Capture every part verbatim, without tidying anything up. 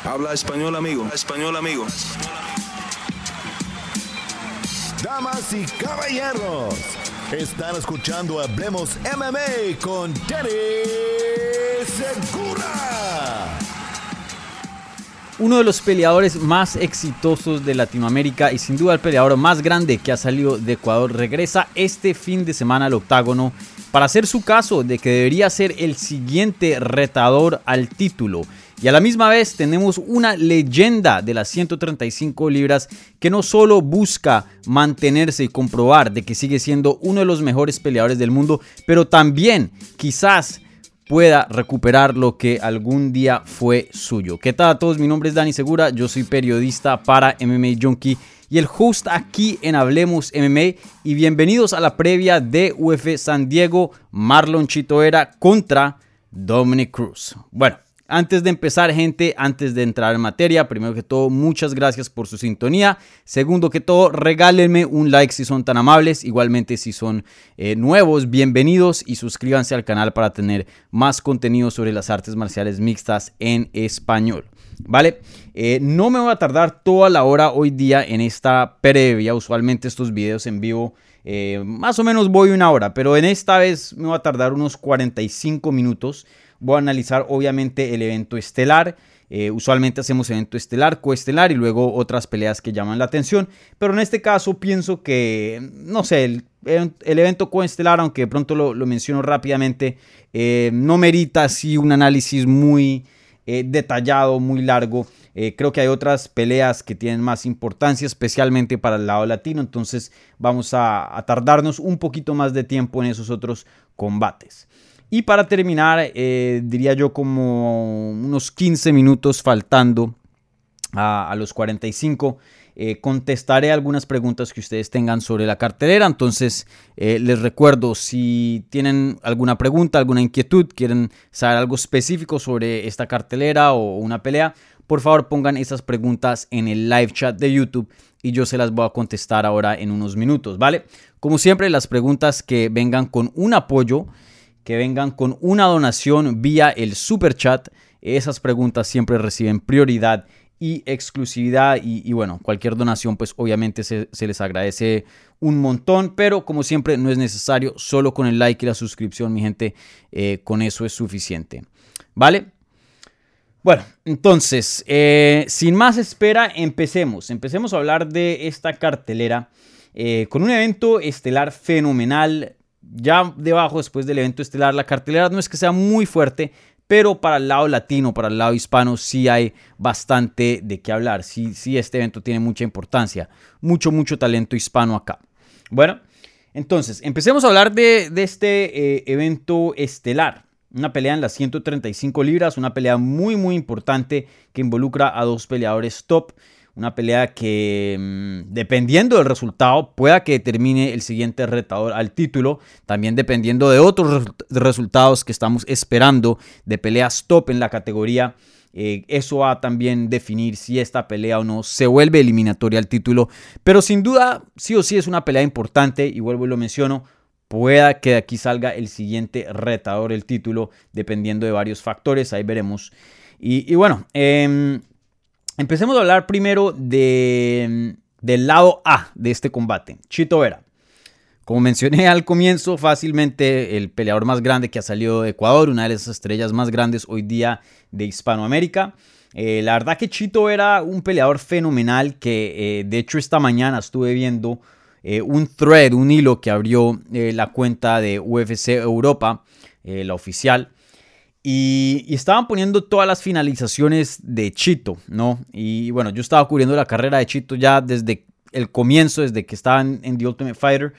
Habla español, amigo. Español, amigo. Damas y caballeros, están escuchando Hablemos M M A con Danny Segura. Uno de los peleadores más exitosos de Latinoamérica y sin duda el peleador más grande que ha salido de Ecuador regresa este fin de semana al octágono para hacer su caso de que debería ser el siguiente retador al título. Y a la misma vez tenemos una leyenda de las ciento treinta y cinco libras que no solo busca mantenerse y comprobar de que sigue siendo uno de los mejores peleadores del mundo, pero también quizás pueda recuperar lo que algún día fue suyo. ¿Qué tal a todos? Mi nombre es Danny Segura, yo soy periodista para M M A Junkie y el host aquí en Hablemos M M A, y bienvenidos a la previa de U F C San Diego, Marlon Chito Vera contra Dominick Cruz. Bueno, antes de empezar, gente, antes de entrar en materia, primero que todo, muchas gracias por su sintonía. Segundo que todo, regálenme un like si son tan amables. Igualmente, si son eh, nuevos, bienvenidos y suscríbanse al canal para tener más contenido sobre las artes marciales mixtas en español. ¿Vale? Eh, no me voy a tardar toda la hora hoy día en esta previa. Usualmente estos videos en vivo eh, más o menos voy una hora, pero en esta vez me voy a tardar unos cuarenta y cinco minutos. Voy a analizar obviamente el evento estelar. Eh, usualmente hacemos evento estelar, coestelar y luego otras peleas que llaman la atención. Pero en este caso pienso que, no sé, el, el evento coestelar, aunque de pronto lo, lo menciono rápidamente, eh, no merita así un análisis muy eh, detallado, muy largo. Eh, creo que hay otras peleas que tienen más importancia, especialmente para el lado latino. Entonces vamos a, a tardarnos un poquito más de tiempo en esos otros combates. Y para terminar, eh, diría yo como unos quince minutos faltando a, a los cuarenta y cinco, eh, contestaré algunas preguntas que ustedes tengan sobre la cartelera. Entonces, eh, les recuerdo, si tienen alguna pregunta, alguna inquietud, quieren saber algo específico sobre esta cartelera o una pelea, por favor pongan esas preguntas en el live chat de YouTube y yo se las voy a contestar ahora en unos minutos, ¿vale? Como siempre, las preguntas que vengan con un apoyo, que vengan con una donación vía el super chat, esas preguntas siempre reciben prioridad y exclusividad y, y bueno, cualquier donación pues obviamente se, se les agradece un montón, pero como siempre no es necesario, solo con el like y la suscripción, mi gente, eh, con eso es suficiente, ¿vale? Bueno, entonces, eh, sin más espera, empecemos, empecemos a hablar de esta cartelera eh, con un evento estelar fenomenal. Ya debajo, después del evento estelar, la cartelera no es que sea muy fuerte, pero para el lado latino, para el lado hispano, sí hay bastante de qué hablar. Sí, sí, este evento tiene mucha importancia, mucho, mucho talento hispano acá. Bueno, entonces, empecemos a hablar de, de este eh, evento estelar. Una pelea en las ciento treinta y cinco libras, una pelea muy, muy importante que involucra a dos peleadores top. Una pelea que, dependiendo del resultado, pueda que determine el siguiente retador al título. También dependiendo de otros resultados que estamos esperando de peleas top en la categoría. Eh, eso va a también definir si esta pelea o no se vuelve eliminatoria al título. Pero sin duda, sí o sí es una pelea importante. Y vuelvo y lo menciono. Pueda que de aquí salga el siguiente retador el título, dependiendo de varios factores. Ahí veremos. Y, y bueno, eh, empecemos a hablar primero de, del lado A de este combate, Chito Vera. Como mencioné al comienzo, fácilmente el peleador más grande que ha salido de Ecuador, una de las estrellas más grandes hoy día de Hispanoamérica. Eh, la verdad que Chito era un peleador fenomenal que eh, de hecho esta mañana estuve viendo eh, un thread, un hilo que abrió eh, la cuenta de U F C Europa, eh, la oficial. Y, y estaban poniendo todas las finalizaciones de Chito, ¿no? Y bueno, yo estaba cubriendo la carrera de Chito ya desde el comienzo, desde que estaban en The Ultimate Fighter.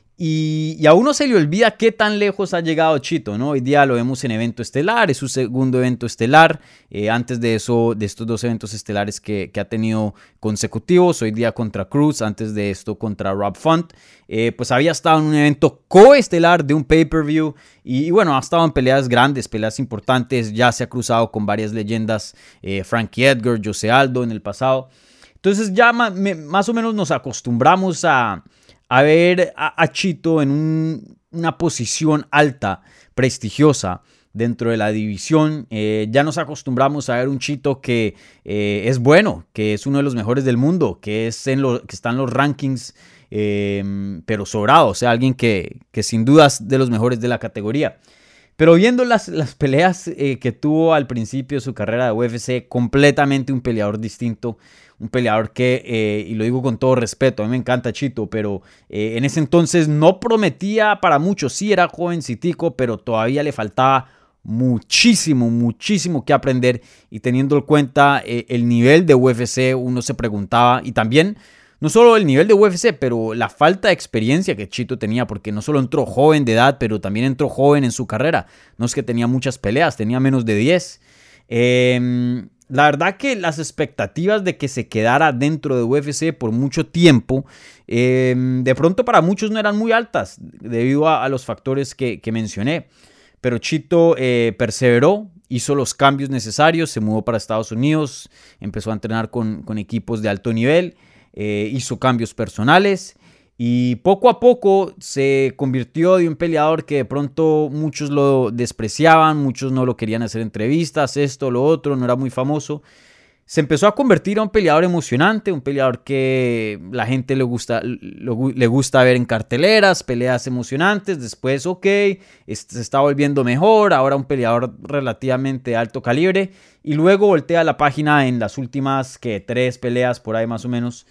Y, y a uno se le olvida qué tan lejos ha llegado Chito, ¿no? Hoy día lo vemos en evento estelar, es su segundo evento estelar. Eh, antes de eso, de estos dos eventos estelares que, que ha tenido consecutivos, hoy día contra Cruz, antes de esto contra Rob Font, eh, pues había estado en un evento coestelar de un pay-per-view. Y, y bueno, ha estado en peleas grandes, peleas importantes, ya se ha cruzado con varias leyendas, eh, Frankie Edgar, Jose Aldo en el pasado. Entonces ya ma, me, más o menos nos acostumbramos a... a ver a, a Chito en un, una posición alta, prestigiosa, dentro de la división. Eh, ya nos acostumbramos a ver un Chito que eh, es bueno, que es uno de los mejores del mundo, que, es en lo, que está en los rankings, eh, pero sobrado, o sea, alguien que, que sin dudas de los mejores de la categoría. Pero viendo las, las peleas eh, que tuvo al principio de su carrera de U F C, completamente un peleador distinto, un peleador que, eh, y lo digo con todo respeto, a mí me encanta Chito, pero eh, en ese entonces no prometía para muchos, sí era jovencitico, pero todavía le faltaba muchísimo, muchísimo que aprender, y teniendo en cuenta eh, el nivel de U F C, uno se preguntaba, y también no solo el nivel de U F C, pero la falta de experiencia que Chito tenía, porque no solo entró joven de edad, pero también entró joven en su carrera. No es que tenía muchas peleas, tenía menos de diez. Eh, la verdad que las expectativas de que se quedara dentro de U F C por mucho tiempo, eh, de pronto para muchos no eran muy altas, debido a, a los factores que, que mencioné. Pero Chito eh, perseveró, hizo los cambios necesarios, se mudó para Estados Unidos, empezó a entrenar con, con equipos de alto nivel. Eh, hizo cambios personales y poco a poco se convirtió de un peleador que de pronto muchos lo despreciaban, muchos no lo querían hacer entrevistas, esto, lo otro, no era muy famoso. Se empezó a convertir a un peleador emocionante, un peleador que la gente le gusta, lo, le gusta ver en carteleras, peleas emocionantes. Después, ok, se está volviendo mejor, ahora un peleador relativamente de alto calibre. Y luego voltea la página en las últimas que tres peleas por ahí más o menos,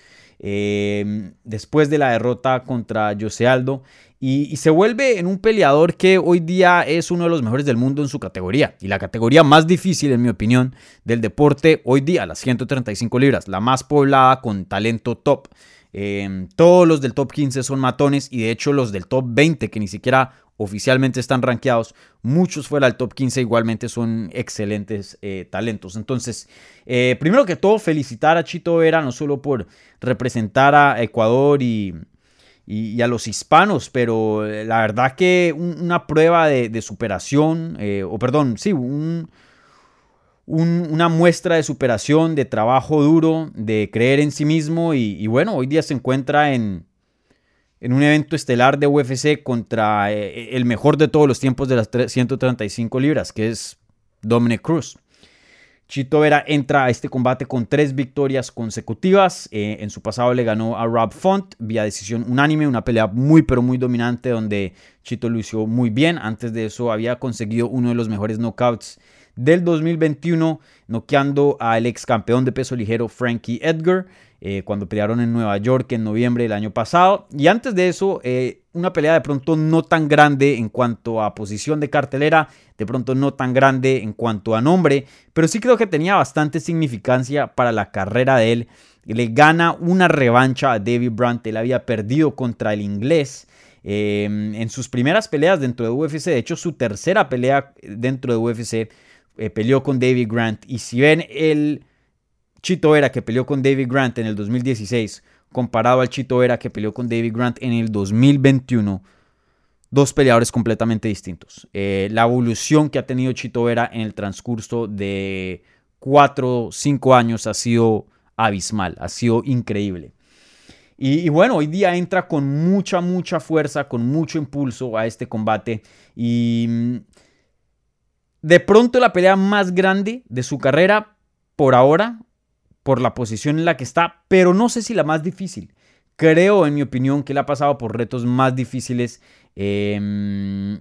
eh, después de la derrota contra José Aldo. Y, y se vuelve en un peleador que hoy día es uno de los mejores del mundo en su categoría. Y la categoría más difícil, en mi opinión, del deporte hoy día, las ciento treinta y cinco libras. La más poblada con talento top. Eh, todos los del top quince son matones. Y de hecho los del top veinte, que ni siquiera oficialmente están rankeados, muchos fuera del top quince igualmente son excelentes eh, talentos. Entonces, eh, primero que todo, felicitar a Chito Vera, no solo por representar a Ecuador y... Y, y a los hispanos, pero la verdad que un, una prueba de, de superación, eh, o perdón, sí, un, un, una muestra de superación, de trabajo duro, de creer en sí mismo, y, y bueno, hoy día se encuentra en, en un evento estelar de U F C contra eh, el mejor de todos los tiempos de las ciento treinta y cinco libras, que es Dominick Cruz. Chito Vera entra a este combate con tres victorias consecutivas. Eh, en su pasado le ganó a Rob Font vía decisión unánime, una pelea muy pero muy dominante donde Chito lució muy bien. Antes de eso había conseguido uno de los mejores knockouts del dos mil veintiuno, noqueando al ex campeón de peso ligero Frankie Edgar, eh, cuando pelearon en Nueva York en noviembre del año pasado. Y antes de eso, eh, una pelea de pronto no tan grande en cuanto a posición de cartelera, de pronto no tan grande en cuanto a nombre, pero sí creo que tenía bastante significancia para la carrera de él. Le gana una revancha a David Brandt. Él había perdido contra el inglés eh, en sus primeras peleas dentro de U F C. De hecho, su tercera pelea dentro de U F C eh, peleó con David Grant. Y si ven el Chito Vera que peleó con David Grant en el dos mil dieciséis comparado al Chito Vera que peleó con David Grant en el dos mil veintiuno, dos peleadores completamente distintos. Eh, la evolución que ha tenido Chito Vera en el transcurso de cuatro o cinco años ha sido abismal, ha sido increíble. Y, y bueno, hoy día entra con mucha, mucha fuerza, con mucho impulso a este combate. Y de pronto la pelea más grande de su carrera por ahora, por la posición en la que está, pero no sé si la más difícil. Creo, en mi opinión, que él ha pasado por retos más difíciles. Eh,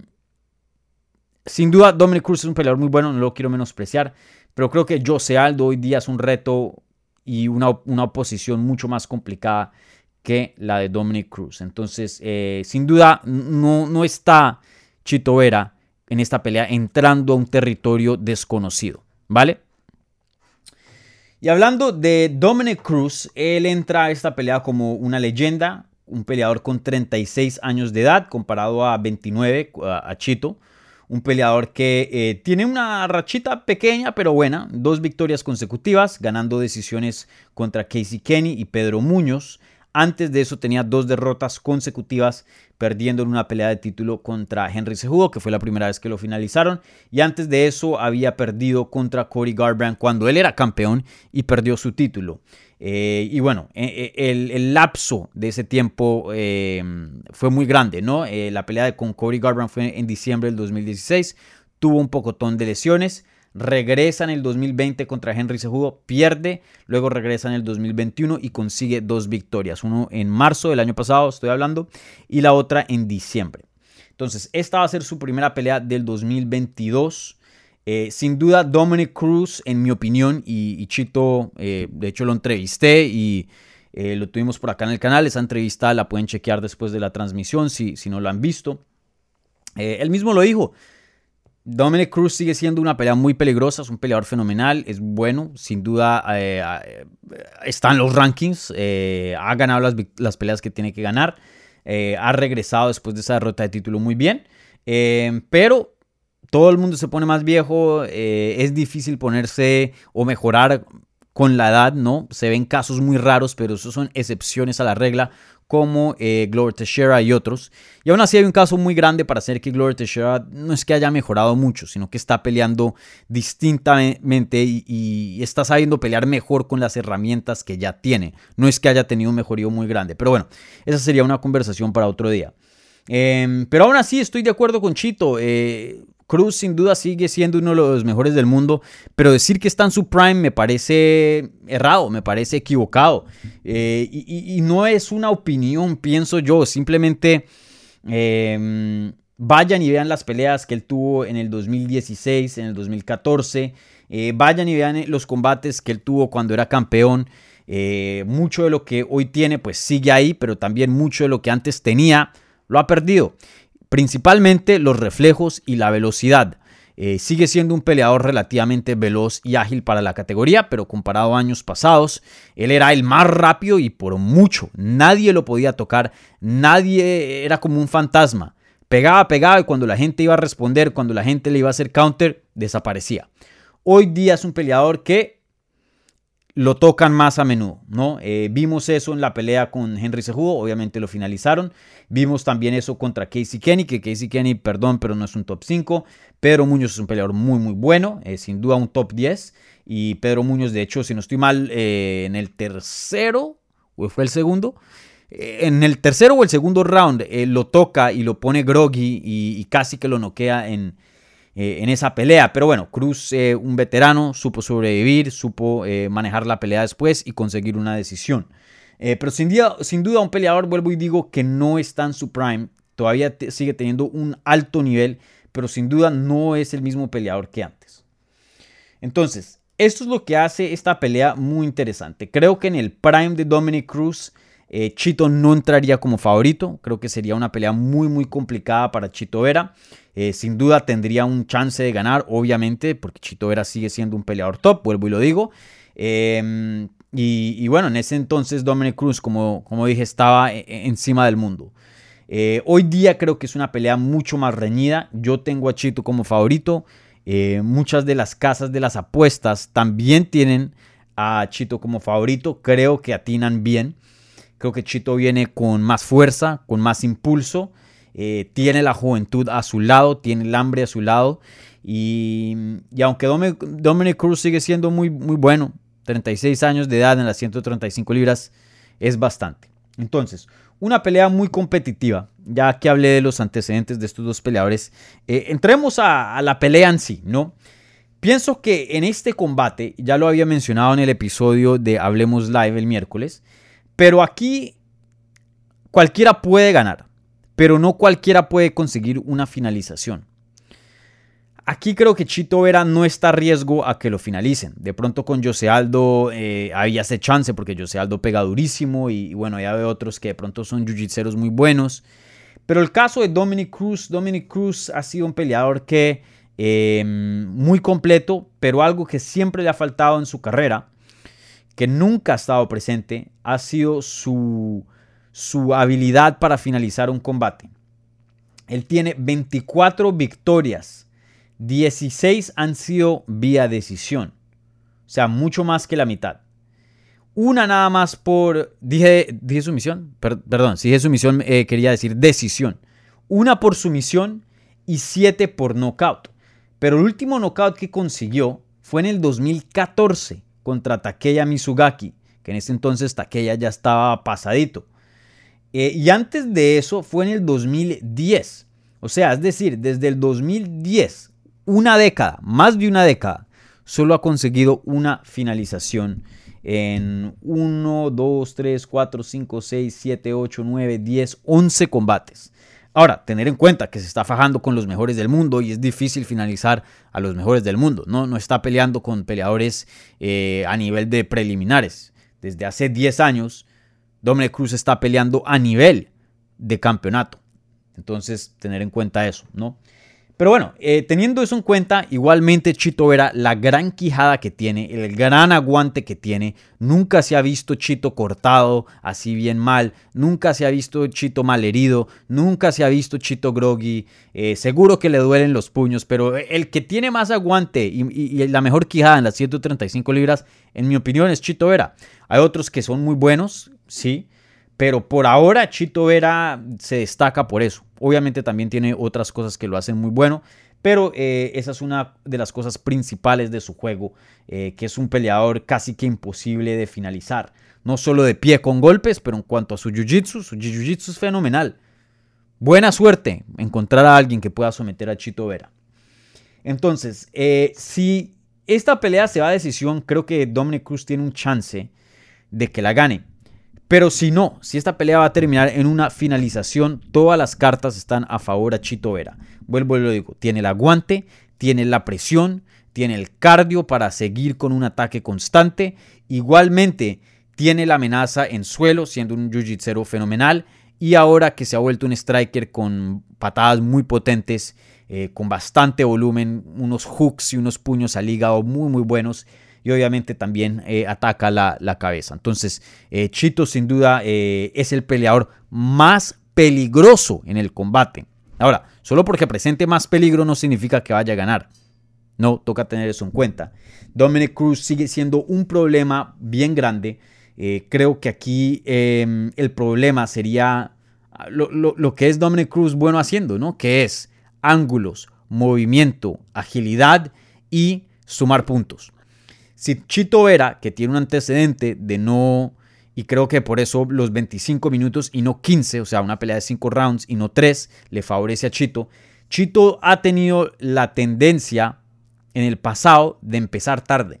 sin duda, Dominick Cruz es un peleador muy bueno, no lo quiero menospreciar, pero creo que José Aldo hoy día es un reto y una, una oposición mucho más complicada que la de Dominick Cruz. Entonces, eh, sin duda, no, no está Chito Vera en esta pelea entrando a un territorio desconocido, ¿vale? Y hablando de Dominick Cruz, él entra a esta pelea como una leyenda, un peleador con treinta y seis años de edad comparado a veintinueve, a Chito. Un peleador que eh, tiene una rachita pequeña pero buena, dos victorias consecutivas, ganando decisiones contra Casey Kenny y Pedro Muñoz. Antes de eso tenía dos derrotas consecutivas, perdiendo en una pelea de título contra Henry Cejudo, que fue la primera vez que lo finalizaron. Y antes de eso había perdido contra Cody Garbrandt cuando él era campeón y perdió su título. Eh, y bueno, eh, el, el lapso de ese tiempo eh, fue muy grande, ¿no? Eh, la pelea de, con Cody Garbrandt fue en diciembre del dos mil dieciséis. tuvo un pocotón de lesiones. Regresa en el dos mil veinte contra Henry Cejudo, pierde, luego regresa en el dos mil veintiuno y consigue dos victorias, uno en marzo del año pasado, estoy hablando, y la otra en diciembre. Entonces, esta va a ser su primera pelea del dos mil veintidós. Eh, sin duda, Dominick Cruz, en mi opinión, y, y Chito, eh, de hecho lo entrevisté y eh, lo tuvimos por acá en el canal. Esa entrevista la pueden chequear después de la transmisión si, si no la han visto. Eh, él mismo lo dijo. Dominick Cruz sigue siendo una pelea muy peligrosa, es un peleador fenomenal, es bueno, sin duda eh, eh, está en los rankings, eh, ha ganado las, las peleas que tiene que ganar, eh, ha regresado después de esa derrota de título muy bien, eh, pero todo el mundo se pone más viejo, eh, es difícil ponerse o mejorar con la edad, ¿no? Se ven casos muy raros, pero esos son excepciones a la regla, como eh, Glover Teixeira y otros. Y aún así hay un caso muy grande para hacer que Glover Teixeira no es que haya mejorado mucho, sino que está peleando distintamente y, y está sabiendo pelear mejor con las herramientas que ya tiene. No es que haya tenido un mejorío muy grande, pero bueno, esa sería una conversación para otro día. Eh, pero aún así estoy de acuerdo con Chito. Eh, Cruz sin duda sigue siendo uno de los mejores del mundo, pero decir que está en su prime me parece errado, me parece equivocado. Eh, y, y no es una opinión, pienso yo, simplemente eh, vayan y vean las peleas que él tuvo en el dos mil dieciséis, en el dos mil catorce, eh, vayan y vean los combates que él tuvo cuando era campeón. Eh, mucho de lo que hoy tiene pues sigue ahí, pero también mucho de lo que antes tenía lo ha perdido. Principalmente los reflejos y la velocidad. Eh, sigue siendo un peleador relativamente veloz y ágil para la categoría, pero comparado a años pasados, él era el más rápido y por mucho. Nadie lo podía tocar, nadie era como un fantasma. Pegaba, pegaba y cuando la gente iba a responder, cuando la gente le iba a hacer counter, desaparecía. Hoy día es un peleador que lo tocan más a menudo, ¿no? Eh, vimos eso en la pelea con Henry Cejudo, obviamente lo finalizaron. Vimos también eso contra Casey Kenny, que Casey Kenny, perdón, pero no es un top cinco. Pedro Muñoz es un peleador muy, muy bueno, eh, sin duda un top diez. Y Pedro Muñoz, de hecho, si no estoy mal, eh, en el tercero, o fue el segundo, eh, en el tercero o el segundo round, eh, lo toca y lo pone groggy y, y casi que lo noquea en... Eh, en esa pelea, pero bueno, Cruz, eh, un veterano, supo sobrevivir, supo eh, manejar la pelea después y conseguir una decisión. Eh, pero sin duda, sin duda un peleador, vuelvo y digo, que no está en su prime, todavía te, sigue teniendo un alto nivel, pero sin duda no es el mismo peleador que antes. Entonces, esto es lo que hace esta pelea muy interesante. Creo que en el prime de Dominick Cruz, eh, Chito no entraría como favorito. Creo que sería una pelea muy, muy complicada para Chito Vera. Eh, sin duda tendría un chance de ganar, obviamente, porque Chito Vera sigue siendo un peleador top, vuelvo y lo digo. Eh, y, y bueno, en ese entonces Dominick Cruz, como, como dije, estaba e- encima del mundo. Eh, hoy día creo que es una pelea mucho más reñida. Yo tengo a Chito como favorito. Eh, muchas de las casas de las apuestas también tienen a Chito como favorito. Creo que atinan bien. Creo que Chito viene con más fuerza, con más impulso. Eh, tiene la juventud a su lado, tiene el hambre a su lado. Y, y aunque Dominick, Dominick Cruz sigue siendo muy, muy bueno, treinta y seis años de edad en las ciento treinta y cinco libras, es bastante. Entonces, una pelea muy competitiva. Ya que hablé de los antecedentes de estos dos peleadores, eh, entremos a, a la pelea en sí, ¿no? Pienso que en este combate, ya lo había mencionado en el episodio de Hablemos Live el miércoles, pero aquí cualquiera puede ganar, pero no cualquiera puede conseguir una finalización. Aquí creo que Chito Vera no está a riesgo a que lo finalicen. De pronto con José Aldo eh, había ese chance porque José Aldo pega durísimo y, y bueno, ya veo otros que de pronto son jiu-jitseros muy buenos. Pero el caso de Dominick Cruz, Dominick Cruz ha sido un peleador que eh, muy completo, pero algo que siempre le ha faltado en su carrera, que nunca ha estado presente, ha sido su, su habilidad para finalizar un combate. Él tiene veinticuatro victorias, dieciséis han sido vía decisión, o sea, mucho más que la mitad. Una nada más por, dije, dije sumisión, per, perdón, si dije sumisión eh, quería decir decisión. Una por sumisión y siete por knockout. Pero el último knockout que consiguió fue en el dos mil catorce contra Takeya Mizugaki, que en ese entonces Takeya ya estaba pasadito. Eh, y antes de eso fue en el dos mil diez. O sea, es decir, desde el dos mil diez, una década, más de una década, solo ha conseguido una finalización en uno, dos, tres, cuatro, cinco, seis, siete, ocho, nueve, diez, once combates. Ahora, tener en cuenta que se está fajando con los mejores del mundo y es difícil finalizar a los mejores del mundo. No, no está peleando con peleadores eh, a nivel de preliminares. Desde hace diez años, Dominick Cruz está peleando a nivel de campeonato. Entonces, tener en cuenta eso, ¿no? Pero bueno, eh, teniendo eso en cuenta, igualmente Chito Vera, la gran quijada que tiene, el gran aguante que tiene, nunca se ha visto Chito cortado así bien mal, nunca se ha visto Chito mal herido, nunca se ha visto Chito groggy, eh, seguro que le duelen los puños, pero el que tiene más aguante y, y, y la mejor quijada en las ciento treinta y cinco libras, en mi opinión, es Chito Vera. Hay otros que son muy buenos, sí, pero por ahora Chito Vera se destaca por eso. Obviamente también tiene otras cosas que lo hacen muy bueno, pero eh, esa es una de las cosas principales de su juego, eh, que es un peleador casi que imposible de finalizar. No solo de pie con golpes, pero en cuanto a su jiu-jitsu, su jiu-jitsu es fenomenal. Buena suerte encontrar a alguien que pueda someter a Chito Vera. Entonces, eh, si esta pelea se va a decisión, creo que Dominick Cruz tiene un chance de que la gane. Pero si no, si esta pelea va a terminar en una finalización, todas las cartas están a favor a Chito Vera. Vuelvo y lo digo, tiene el aguante, tiene la presión, tiene el cardio para seguir con un ataque constante. Igualmente, tiene la amenaza en suelo, siendo un jiu-jitsu fenomenal. Y ahora que se ha vuelto un striker con patadas muy potentes, eh, con bastante volumen, unos hooks y unos puños al hígado muy, muy buenos. Y obviamente también eh, ataca la, la cabeza. Entonces, eh, Chito sin duda eh, es el peleador más peligroso en el combate. Ahora, solo porque presente más peligro no significa que vaya a ganar. No, toca tener eso en cuenta. Dominick Cruz sigue siendo un problema bien grande. Eh, creo que aquí eh, el problema sería lo, lo, lo que es Dominick Cruz bueno haciendo, ¿no? Que es ángulos, movimiento, agilidad y sumar puntos. Si Chito Vera, que tiene un antecedente de no, y creo que por eso los veinticinco minutos y no quince, o sea, una pelea de cinco rounds y no tres, le favorece a Chito. Chito ha tenido la tendencia en el pasado de empezar tarde.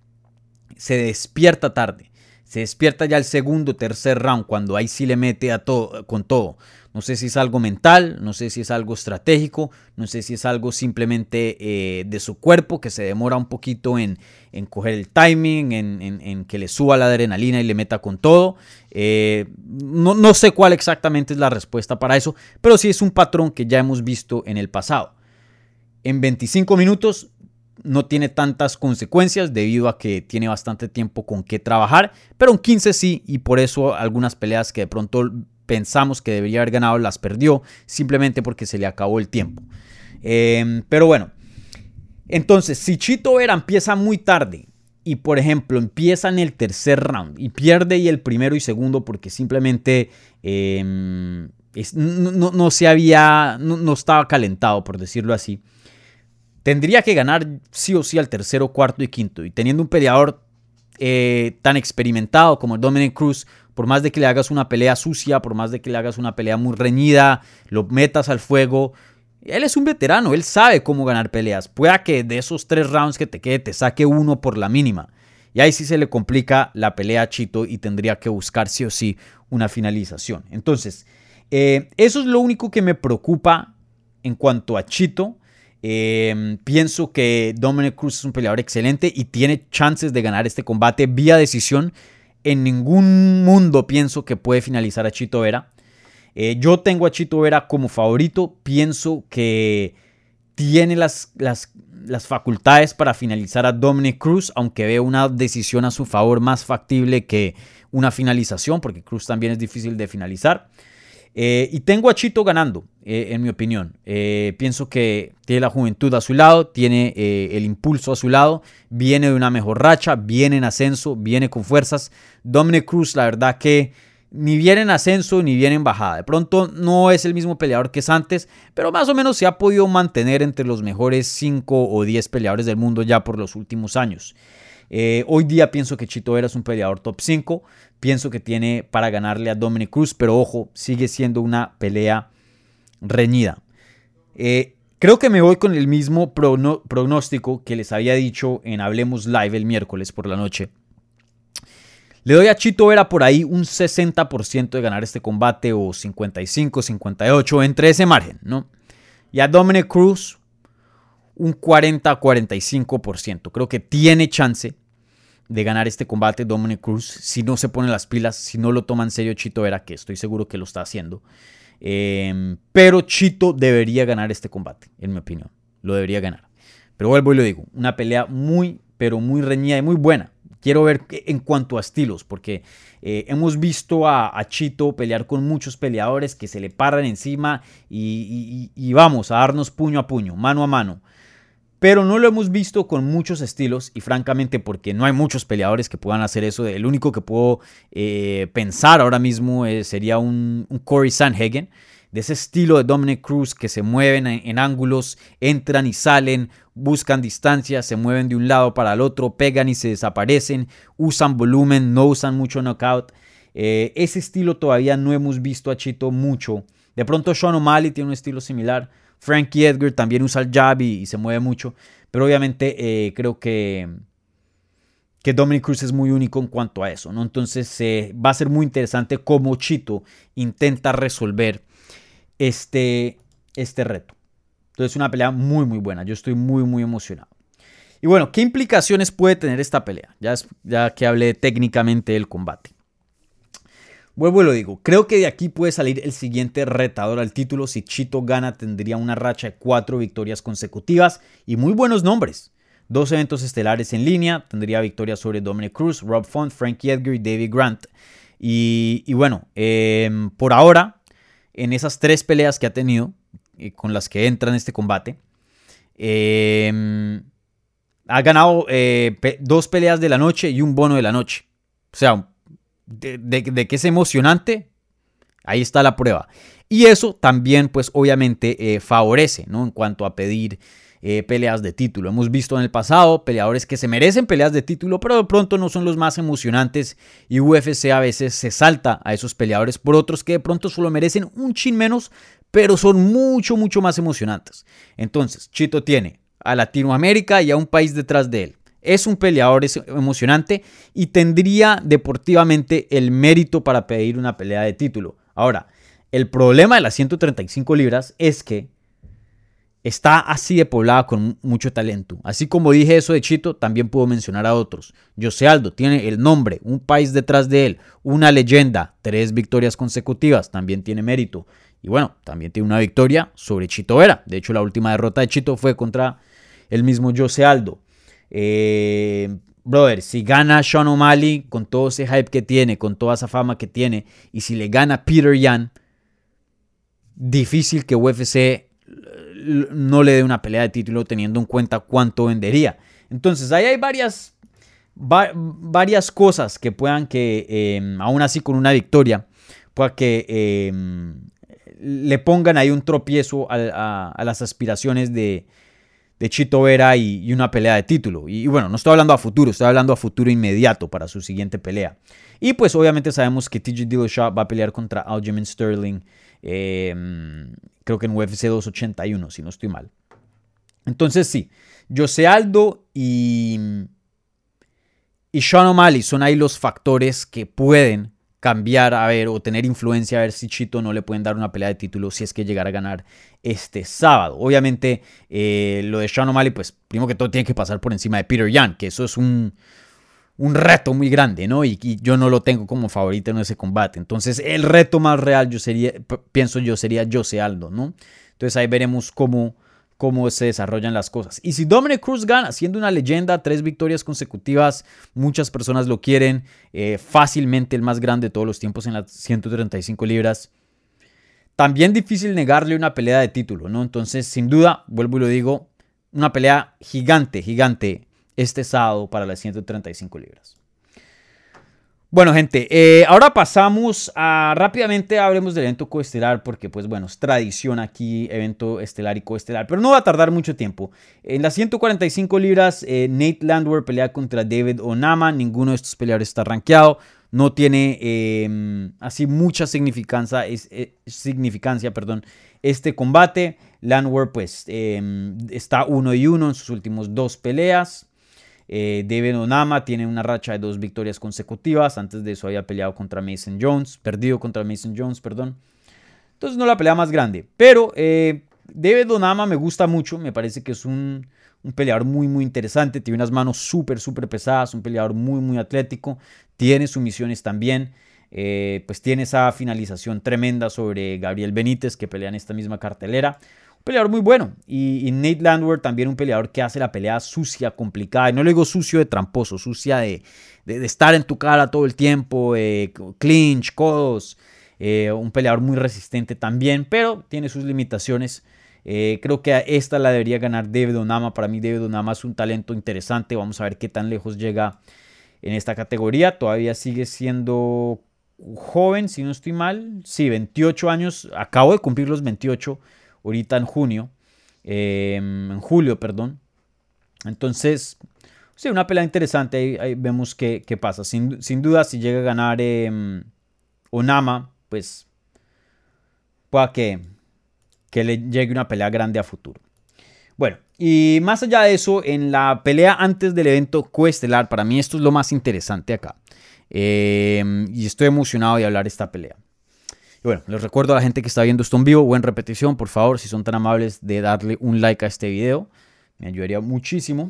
Se despierta tarde. Se despierta ya el segundo, tercer round, cuando ahí sí le mete a todo, con todo. No sé si es algo mental, no sé si es algo estratégico, no sé si es algo simplemente eh, de su cuerpo, que se demora un poquito en, en coger el timing, en, en, en que le suba la adrenalina y le meta con todo. Eh, no, no sé cuál exactamente es la respuesta para eso, pero sí es un patrón que ya hemos visto en el pasado. En veinticinco minutos no tiene tantas consecuencias debido a que tiene bastante tiempo con qué trabajar, pero en quince sí, y por eso algunas peleas que de pronto pensamos que debería haber ganado las perdió, simplemente porque se le acabó el tiempo. Eh, pero bueno, entonces si Chito Vera empieza muy tarde y por ejemplo empieza en el tercer round y pierde y el primero y segundo porque simplemente eh, es, no, no, no se había, no, no estaba calentado, por decirlo así, tendría que ganar sí o sí al tercero, cuarto y quinto. Y teniendo un peleador eh, tan experimentado como Dominick Cruz, por más de que le hagas una pelea sucia, por más de que le hagas una pelea muy reñida, lo metas al fuego, él es un veterano, él sabe cómo ganar peleas. Pueda que de esos tres rounds que te quede te saque uno por la mínima. Y ahí sí se le complica la pelea a Chito y tendría que buscar sí o sí una finalización. Entonces, eh, eso es lo único que me preocupa en cuanto a Chito. Eh, pienso que Dominick Cruz es un peleador excelente y tiene chances de ganar este combate vía decisión. En ningún mundo pienso que puede finalizar a Chito Vera. Eh, yo tengo a Chito Vera como favorito. Pienso que tiene las, las, las facultades para finalizar a Dominick Cruz, aunque veo una decisión a su favor más factible que una finalización, porque Cruz también es difícil de finalizar. Eh, y tengo a Chito ganando, eh, en mi opinión. Eh, pienso que tiene la juventud a su lado, tiene eh, el impulso a su lado, viene de una mejor racha, viene en ascenso, viene con fuerzas. Dominick Cruz, la verdad que ni viene en ascenso ni viene en bajada. De pronto no es el mismo peleador que es antes, pero más o menos se ha podido mantener entre los mejores cinco o diez peleadores del mundo ya por los últimos años. Eh, hoy día pienso que Chito Vera es un peleador top cinco. Pienso que tiene para ganarle a Dominick Cruz, pero ojo, sigue siendo una pelea reñida. Eh, Creo que me voy con el mismo prono- pronóstico que les había dicho en Hablemos Live el miércoles por la noche. Le doy a Chito Vera por ahí un sesenta por ciento de ganar este combate o cincuenta y cinco, cincuenta y ocho, entre ese margen, ¿no? Y a Dominick Cruz un cuarenta a cuarenta y cinco por ciento. Creo que tiene chance de ganar este combate Dominick Cruz si no se pone las pilas, si no lo toma en serio Chito Vera, que estoy seguro que lo está haciendo. Eh, pero Chito debería ganar este combate, en mi opinión. Lo debería ganar. Pero vuelvo y lo digo, una pelea muy, pero muy reñida y muy buena. Quiero ver en cuanto a estilos, porque eh, hemos visto a, a Chito pelear con muchos peleadores que se le paran encima y, y, y vamos a darnos puño a puño, mano a mano. Pero no lo hemos visto con muchos estilos y francamente porque no hay muchos peleadores que puedan hacer eso. El único que puedo eh, pensar ahora mismo eh, sería un, un Corey Sandhagen, de ese estilo de Dominick Cruz que se mueven en, en ángulos, entran y salen, buscan distancia, se mueven de un lado para el otro, pegan y se desaparecen, usan volumen, no usan mucho knockout. Eh, ese estilo todavía no hemos visto a Chito mucho. De pronto Sean O'Malley tiene un estilo similar. Frankie Edgar también usa el jab y, y se mueve mucho. Pero obviamente eh, creo que, que Dominick Cruz es muy único en cuanto a eso, ¿no? Entonces eh, va a ser muy interesante cómo Chito intenta resolver este, este reto. Entonces una pelea muy muy buena. Yo estoy muy muy emocionado. Y bueno, ¿qué implicaciones puede tener esta pelea? Ya, ya que hablé técnicamente del combate. Vuelvo y lo digo, creo que de aquí puede salir el siguiente retador al título. Si Chito gana, tendría una racha de cuatro victorias consecutivas y muy buenos nombres. Dos eventos estelares en línea, tendría victorias sobre Dominick Cruz, Rob Font, Frankie Edgar y David Grant. Y, y bueno, eh, por ahora, en esas tres peleas que ha tenido, eh, con las que entra en este combate, eh, ha ganado eh, pe- dos peleas de la noche y un bono de la noche. O sea, De, de, de que es emocionante, ahí está la prueba. Y eso también, pues obviamente, eh, favorece, ¿no? En cuanto a pedir eh, peleas de título. Hemos visto en el pasado peleadores que se merecen peleas de título, pero de pronto no son los más emocionantes. Y U F C a veces se salta a esos peleadores por otros que de pronto solo merecen un chin menos, pero son mucho, mucho más emocionantes. Entonces, Chito tiene a Latinoamérica y a un país detrás de él. Es un peleador emocionante y tendría deportivamente el mérito para pedir una pelea de título. Ahora, el problema de las ciento treinta y cinco libras es que está así de poblada con mucho talento. Así como dije eso de Chito, también puedo mencionar a otros. José Aldo tiene el nombre, un país detrás de él, una leyenda, tres victorias consecutivas, también tiene mérito. Y bueno, también tiene una victoria sobre Chito Vera. De hecho, la última derrota de Chito fue contra el mismo José Aldo. Eh, brother, si gana Sean O'Malley con todo ese hype que tiene, con toda esa fama que tiene, y si le gana Peter Yan, difícil que U F C no le dé una pelea de título teniendo en cuenta cuánto vendería. Entonces ahí hay varias, va, varias cosas que puedan que, eh, aún así con una victoria, pueda que eh, le pongan ahí un tropiezo a, a, a las aspiraciones de de Chito Vera y, y una pelea de título. Y, y bueno, no estoy hablando a futuro, estoy hablando a futuro inmediato para su siguiente pelea. Y pues obviamente sabemos que T J Dillashaw va a pelear contra Aljamain Sterling, eh, creo que en U F C doscientos ochenta y uno, si no estoy mal. Entonces sí, José Aldo y, y Sean O'Malley son ahí los factores que pueden cambiar, a ver, o tener influencia, a ver si Chito no le pueden dar una pelea de título si es que llegara a ganar este sábado. Obviamente, eh, lo de Sean O'Malley, pues, primero que todo tiene que pasar por encima de Peter Yan, que eso es un, un reto muy grande, ¿no? Y, y yo no lo tengo como favorito en ese combate. Entonces, el reto más real, yo sería, pienso yo, sería José Aldo, ¿no? Entonces, ahí veremos cómo, cómo se desarrollan las cosas. Y si Dominick Cruz gana, siendo una leyenda, tres victorias consecutivas, muchas personas lo quieren, eh, fácilmente el más grande de todos los tiempos en las ciento treinta y cinco libras. También difícil negarle una pelea de título, ¿no? Entonces, sin duda, vuelvo y lo digo, una pelea gigante, gigante este sábado para las ciento treinta y cinco libras. Bueno, gente, eh, ahora pasamos a, rápidamente hablemos del evento coestelar, porque pues bueno, es tradición aquí, evento estelar y coestelar, pero no va a tardar mucho tiempo. En las ciento cuarenta y cinco libras, eh, Nate Landwehr pelea contra David Onama, ninguno de estos peleadores está rankeado, no tiene eh, así mucha significancia, es, es, significancia perdón, este combate. Landwehr pues eh, está uno y uno en sus últimos dos peleas. Eh, David Onama tiene una racha de dos victorias consecutivas. Antes de eso había peleado contra Mason Jones, perdido contra Mason Jones, perdón. Entonces no la pelea más grande, pero eh, David Onama me gusta mucho, me parece que es un, un peleador muy muy interesante, tiene unas manos súper súper pesadas, un peleador muy muy atlético, tiene sumisiones también, eh, pues tiene esa finalización tremenda sobre Gabriel Benítez que pelea en esta misma cartelera. Peleador muy bueno. Y, y Nate Landwehr también un peleador que hace la pelea sucia, complicada. Y no le digo sucio de tramposo, sucia de, de, de estar en tu cara todo el tiempo, eh, clinch, codos. Eh, un peleador muy resistente también, pero tiene sus limitaciones. Eh, creo que esta la debería ganar David Onama. Para mí David Onama es un talento interesante. Vamos a ver qué tan lejos llega en esta categoría. Todavía sigue siendo joven, si no estoy mal. Sí, veintiocho años. Acabo de cumplir los veintiocho. Ahorita en junio, eh, en julio, perdón. Entonces, sí, una pelea interesante. Ahí, ahí vemos qué, qué pasa. Sin, sin duda, si llega a ganar eh, Onama, pues pueda que, que le llegue una pelea grande a futuro. Bueno, y más allá de eso, en la pelea antes del evento coestelar, para mí esto es lo más interesante acá. Eh, y estoy emocionado de hablar de esta pelea. Y bueno, les recuerdo a la gente que está viendo esto en vivo o en repetición, por favor, si son tan amables de darle un like a este video, me ayudaría muchísimo.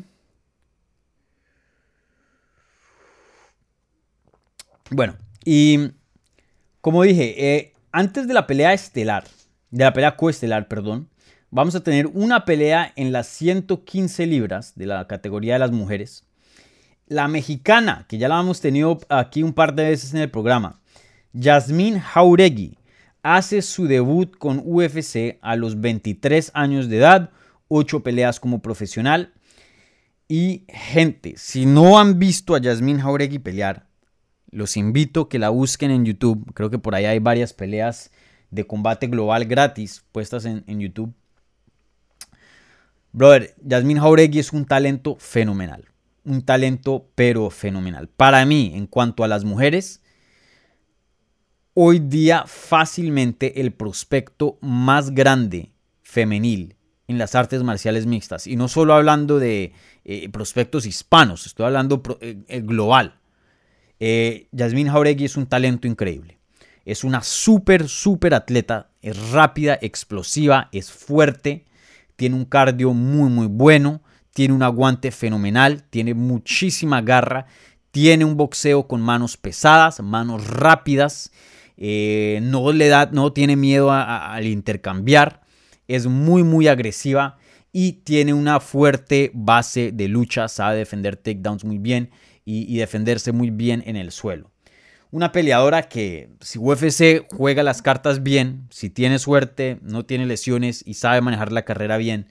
Bueno, y como dije, eh, antes de la pelea estelar, de la pelea coestelar, perdón, vamos a tener una pelea en las ciento quince libras de la categoría de las mujeres. La mexicana, que ya la hemos tenido aquí un par de veces en el programa, Yasmine Jauregui, hace su debut con U F C a los veintitrés años de edad, ocho peleas como profesional. Y gente, si no han visto a Yasmine Jauregui pelear, los invito a que la busquen en YouTube. Creo que por ahí hay varias peleas de combate global gratis puestas en, en YouTube. Brother, Yasmine Jauregui es un talento fenomenal. Un talento pero fenomenal. Para mí, en cuanto a las mujeres, hoy día fácilmente el prospecto más grande femenil en las artes marciales mixtas. Y no solo hablando de eh, prospectos hispanos, estoy hablando pro, eh, eh, global. Eh, Yasmine Jauregui es un talento increíble. Es una súper, súper atleta. Es rápida, explosiva, es fuerte. Tiene un cardio muy, muy bueno. Tiene un aguante fenomenal. Tiene muchísima garra. Tiene un boxeo con manos pesadas, manos rápidas. Eh, no le da, no tiene miedo a, a, al intercambiar, es muy muy agresiva y tiene una fuerte base de lucha, sabe defender takedowns muy bien y, y defenderse muy bien en el suelo. Una peleadora que si U F C juega las cartas bien, si tiene suerte, no tiene lesiones y sabe manejar la carrera bien,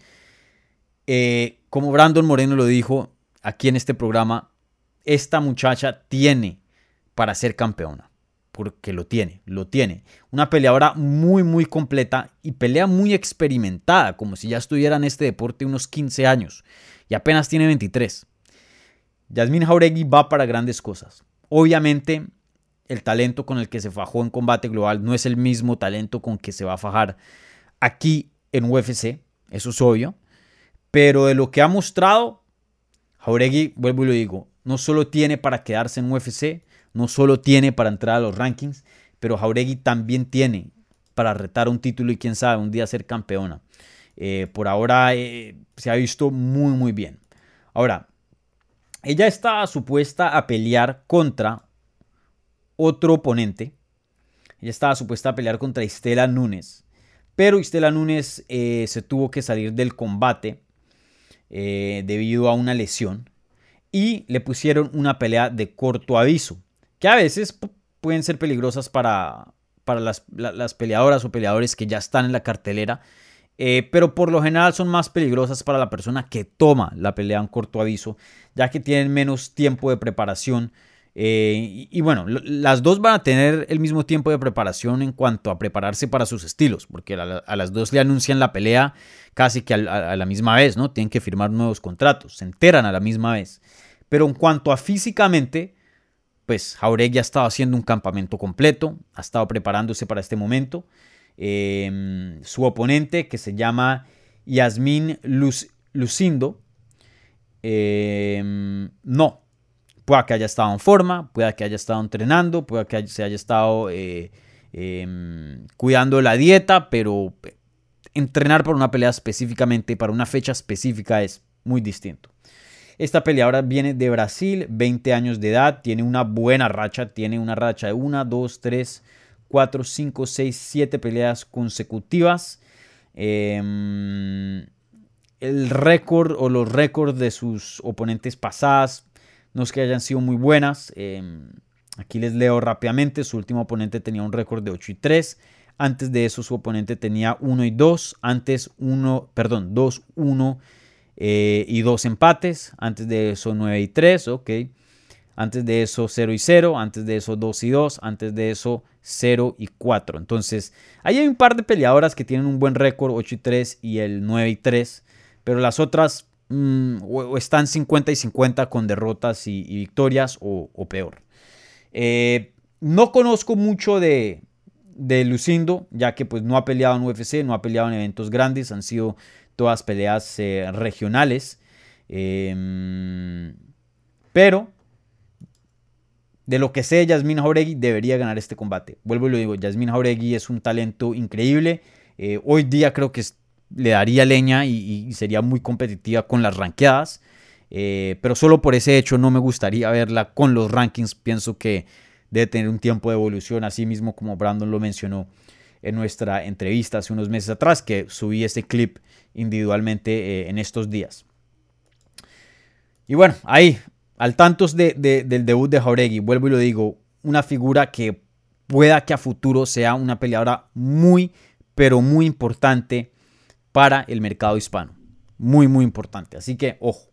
eh, como Brandon Moreno lo dijo aquí en este programa, esta muchacha tiene para ser campeona. Porque lo tiene, lo tiene. Una peleadora muy, muy completa y pelea muy experimentada, como si ya estuviera en este deporte unos quince años y apenas tiene veintitrés. Yasmine Jauregui va para grandes cosas. Obviamente, el talento con el que se fajó en combate global no es el mismo talento con que se va a fajar aquí en U F C, eso es obvio. Pero de lo que ha mostrado, Jauregui, vuelvo y lo digo, no solo tiene para quedarse en U F C, no solo tiene para entrar a los rankings, pero Jauregui también tiene para retar un título y quién sabe, un día ser campeona. Eh, por ahora eh, se ha visto muy muy bien. Ahora, ella está supuesta a pelear contra otro oponente. Ella estaba supuesta a pelear contra Istela Nunes, pero Istela Nunes eh, se tuvo que salir del combate eh, debido a una lesión y le pusieron una pelea de corto aviso, que a veces p- pueden ser peligrosas para, para las, la, las peleadoras o peleadores que ya están en la cartelera, eh, pero por lo general son más peligrosas para la persona que toma la pelea en corto aviso, ya que tienen menos tiempo de preparación. Eh, y, y bueno, l- las dos van a tener el mismo tiempo de preparación en cuanto a prepararse para sus estilos, porque a, la, a las dos le anuncian la pelea casi que a, a, a la misma vez, ¿no? Tienen que firmar nuevos contratos, se enteran a la misma vez. Pero en cuanto a físicamente, pues Jauregui ha estado haciendo un campamento completo, ha estado preparándose para este momento. Eh, su oponente, que se llama Yasmin Luz, Lucindo, eh, no, pueda que haya estado en forma, pueda que haya estado entrenando, pueda que se haya estado eh, eh, cuidando la dieta, pero entrenar para una pelea específicamente, para una fecha específica, es muy distinto. Esta peleadora viene de Brasil, veinte años de edad, tiene una buena racha, tiene una racha de una, dos, tres, cuatro, cinco, seis, siete peleas consecutivas. Eh, el récord o los récords de sus oponentes pasadas no es que hayan sido muy buenas. Eh, aquí les leo rápidamente. Su último oponente tenía un récord de ocho y tres. Antes de eso su oponente tenía uno y dos. Antes uno, perdón, dos, uno eh, y dos empates. Antes de eso nueve y tres, ok. Antes de eso cero y cero. Antes de eso dos y dos. Antes de eso cero y cuatro. Entonces, ahí hay un par de peleadoras que tienen un buen récord, ocho y tres y el nueve y tres. Pero las otras mmm, o están cincuenta y cincuenta con derrotas y, y victorias o, o peor. Eh, no conozco mucho de, de Lucindo, ya que pues no ha peleado en U F C, no ha peleado en eventos grandes. Han sido todas peleas eh, regionales. Eh, pero de lo que sé, Yasmin Jauregui debería ganar este combate. Vuelvo y lo digo, Yasmin Jauregui es un talento increíble. Eh, hoy día creo que es, le daría leña y, y sería muy competitiva con las rankeadas. Eh, pero solo por ese hecho no me gustaría verla con los rankings. Pienso que debe tener un tiempo de evolución, así mismo como Brandon lo mencionó en nuestra entrevista hace unos meses atrás, que subí ese clip individualmente eh, en estos días. Y bueno, ahí, al tanto de, de, del debut de Jauregui, vuelvo y lo digo, una figura que pueda que a futuro sea una peleadora muy, pero muy importante para el mercado hispano. Muy, muy importante. Así que, ojo.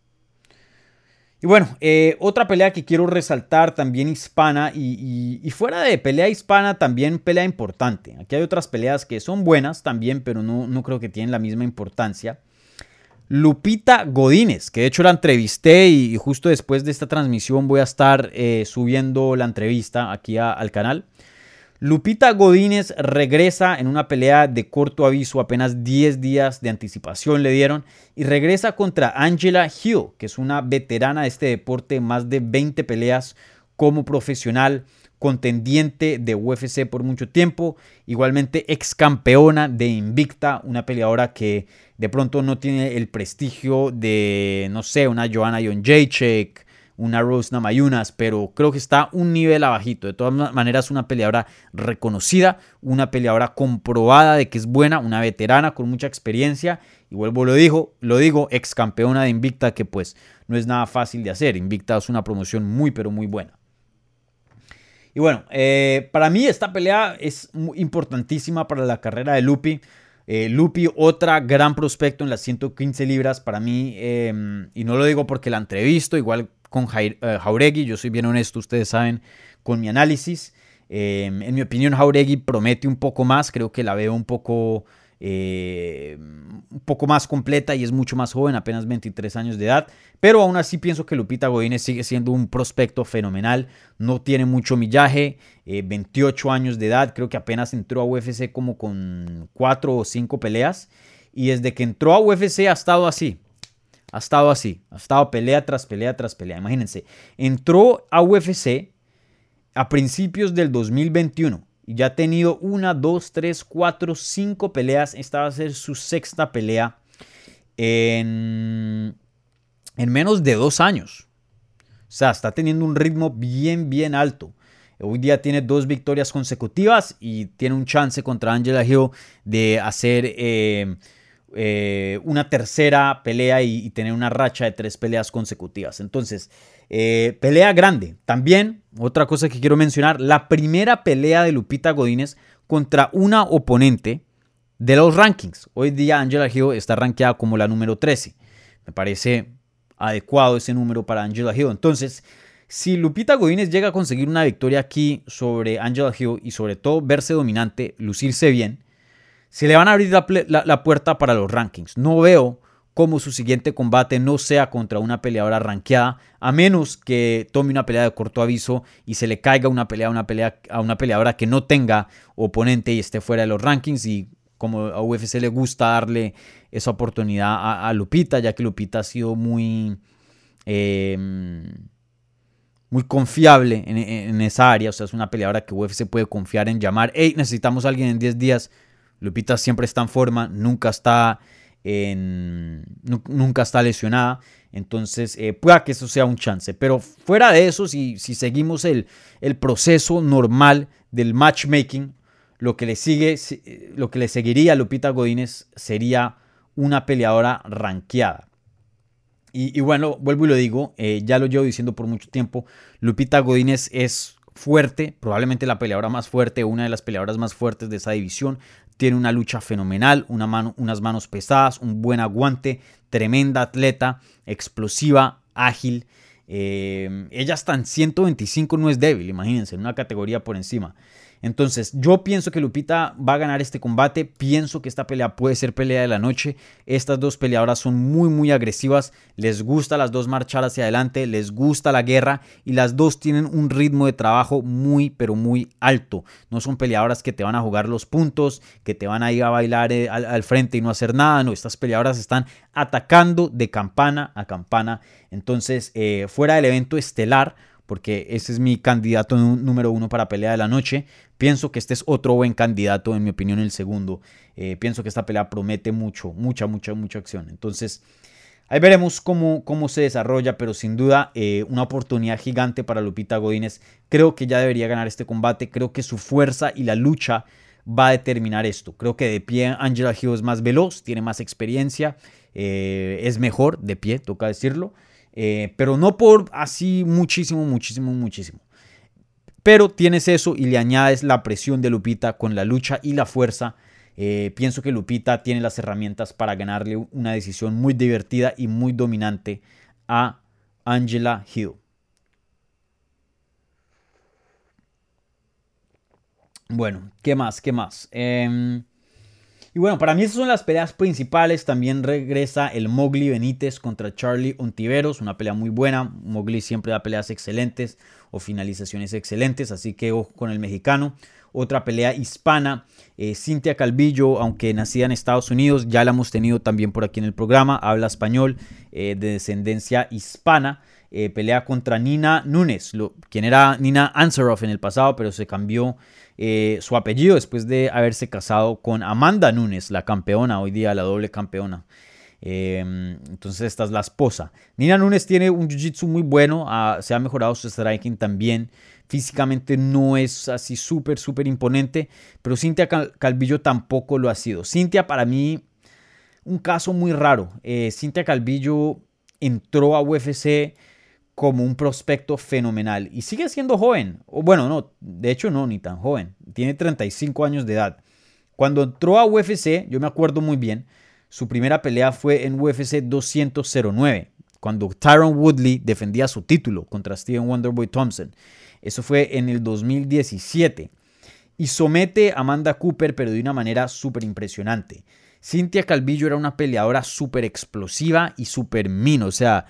Y bueno, eh, otra pelea que quiero resaltar, también hispana, y, y, y fuera de pelea hispana, también pelea importante. Aquí hay otras peleas que son buenas también, pero no, no creo que tienen la misma importancia. Lupita Godínez, que de hecho la entrevisté y, y justo después de esta transmisión voy a estar eh, subiendo la entrevista aquí a, al canal. Lupita Godínez regresa en una pelea de corto aviso, apenas diez días de anticipación le dieron, y regresa contra Angela Hill, que es una veterana de este deporte, más de veinte peleas como profesional, contendiente de U F C por mucho tiempo, igualmente ex campeona de Invicta, una peleadora que de pronto no tiene el prestigio de, no sé, una Joanna Jędrzejczyk, una Rose Namajunas, pero creo que está un nivel abajito. De todas maneras, una peleadora reconocida, una peleadora comprobada de que es buena, una veterana con mucha experiencia, y vuelvo lo digo, lo digo, ex campeona de Invicta, que pues no es nada fácil de hacer. Invicta es una promoción muy, pero muy buena. Y bueno, eh, para mí esta pelea es muy importantísima para la carrera de Lupi. Eh, Lupi, otra gran prospecto en las ciento quince libras para mí, eh, y no lo digo porque la entrevisto, igual con Jauregui, yo soy bien honesto, ustedes saben, con mi análisis. Eh, en mi opinión, Jauregui promete un poco más, creo que la veo un poco, eh, un poco más completa y es mucho más joven, apenas veintitrés años de edad, pero aún así pienso que Lupita Godínez sigue siendo un prospecto fenomenal, no tiene mucho millaje, eh, veintiocho años de edad, creo que apenas entró a U F C como con cuatro o cinco peleas, y desde que entró a U F C ha estado así. Ha estado así, ha estado pelea tras pelea tras pelea. Imagínense, entró a U F C a principios del dos mil veintiuno y ya ha tenido una, dos, tres, cuatro, cinco peleas. Esta va a ser su sexta pelea en, en menos de dos años. O sea, está teniendo un ritmo bien, bien alto. Hoy día tiene dos victorias consecutivas y tiene un chance contra Angela Hill de hacer Eh, Eh, una tercera pelea y, y tener una racha de tres peleas consecutivas. Entonces, eh, pelea grande. También, otra cosa que quiero mencionar, la primera pelea de Lupita Godínez contra una oponente de los rankings. Hoy día Angela Hill está rankeada como la número trece. Me parece adecuado ese número para Angela Hill. Entonces, si Lupita Godínez llega a conseguir una victoria aquí sobre Angela Hill y sobre todo verse dominante, lucirse bien, se le van a abrir la, la, la puerta para los rankings. No veo como su siguiente combate no sea contra una peleadora rankeada, a menos que tome una pelea de corto aviso y se le caiga una pelea, una pelea a una peleadora que no tenga oponente y esté fuera de los rankings. Y como a U F C le gusta darle esa oportunidad a, a Lupita, ya que Lupita ha sido muy, eh, muy confiable en, en esa área. O sea, es una peleadora que U F C puede confiar en llamar. Hey, necesitamos a alguien en diez días. Lupita siempre está en forma, nunca está... En, nunca está lesionada, entonces eh, pueda que eso sea un chance, pero fuera de eso, si, si seguimos el, el proceso normal del matchmaking, lo que le sigue, lo que le seguiría a Lupita Godínez sería una peleadora rankeada. Y, y bueno, vuelvo y lo digo, eh, ya lo llevo diciendo por mucho tiempo, Lupita Godínez es fuerte, probablemente la peleadora más fuerte, una de las peleadoras más fuertes de esa división. Tiene una lucha fenomenal, una mano, unas manos pesadas, un buen aguante, tremenda atleta, explosiva, ágil. Eh, ella hasta en ciento veinticinco no es débil, imagínense, en una categoría por encima. Entonces, yo pienso que Lupita va a ganar este combate. Pienso que esta pelea puede ser pelea de la noche. Estas dos peleadoras son muy, muy agresivas. Les gusta a las dos marchar hacia adelante. Les gusta la guerra. Y las dos tienen un ritmo de trabajo muy, pero muy alto. No son peleadoras que te van a jugar los puntos, que te van a ir a bailar eh, al, al frente y no hacer nada. No, estas peleadoras están atacando de campana a campana. Entonces, eh, fuera del evento estelar, porque ese es mi candidato número uno para pelea de la noche, pienso que este es otro buen candidato, en mi opinión, el segundo. Eh, pienso que esta pelea promete mucho, mucha, mucha, mucha acción. Entonces, ahí veremos cómo, cómo se desarrolla, pero sin duda eh, una oportunidad gigante para Lupita Godínez. Creo que ya debería ganar este combate. Creo que su fuerza y la lucha va a determinar esto. Creo que de pie Angela Hill es más veloz, tiene más experiencia, eh, es mejor de pie, toca decirlo. Eh, pero no por así muchísimo, muchísimo, muchísimo. Pero tienes eso y le añades la presión de Lupita con la lucha y la fuerza. Eh, pienso que Lupita tiene las herramientas para ganarle una decisión muy divertida y muy dominante a Angela Hill. Bueno, ¿qué más? ¿Qué más? Eh... Y bueno, para mí esas son las peleas principales. También regresa el Mowgli Benítez contra Charlie Ontiveros. Una pelea muy buena. Mowgli siempre da peleas excelentes o finalizaciones excelentes. Así que ojo con el mexicano. Otra pelea hispana. Eh, Cintia Calvillo, aunque nacida en Estados Unidos, ya la hemos tenido también por aquí en el programa. Habla español, eh, de descendencia hispana. Eh, pelea contra Nina Nunes, lo, quien era Nina Ansaroff en el pasado, pero se cambió eh, su apellido después de haberse casado con Amanda Nunes, la campeona, hoy día la doble campeona. Eh, entonces esta es la esposa. Nina Nunes tiene un jiu-jitsu muy bueno, uh, se ha mejorado su striking también. Físicamente no es así súper, súper imponente, pero Cintia Cal- Calvillo tampoco lo ha sido. Cintia, para mí, un caso muy raro. Eh, Cintia Calvillo entró a U F C como un prospecto fenomenal y sigue siendo joven, o bueno, no, de hecho no, ni tan joven, tiene treinta y cinco años de edad. Cuando entró a U F C, yo me acuerdo muy bien, su primera pelea fue en U F C doscientos nueve, cuando Tyron Woodley defendía su título contra Steven Wonderboy Thompson. Eso fue en el dos mil diecisiete y somete a Amanda Cooper, pero de una manera súper impresionante. Cintia Calvillo era una peleadora súper explosiva y súper min, o sea,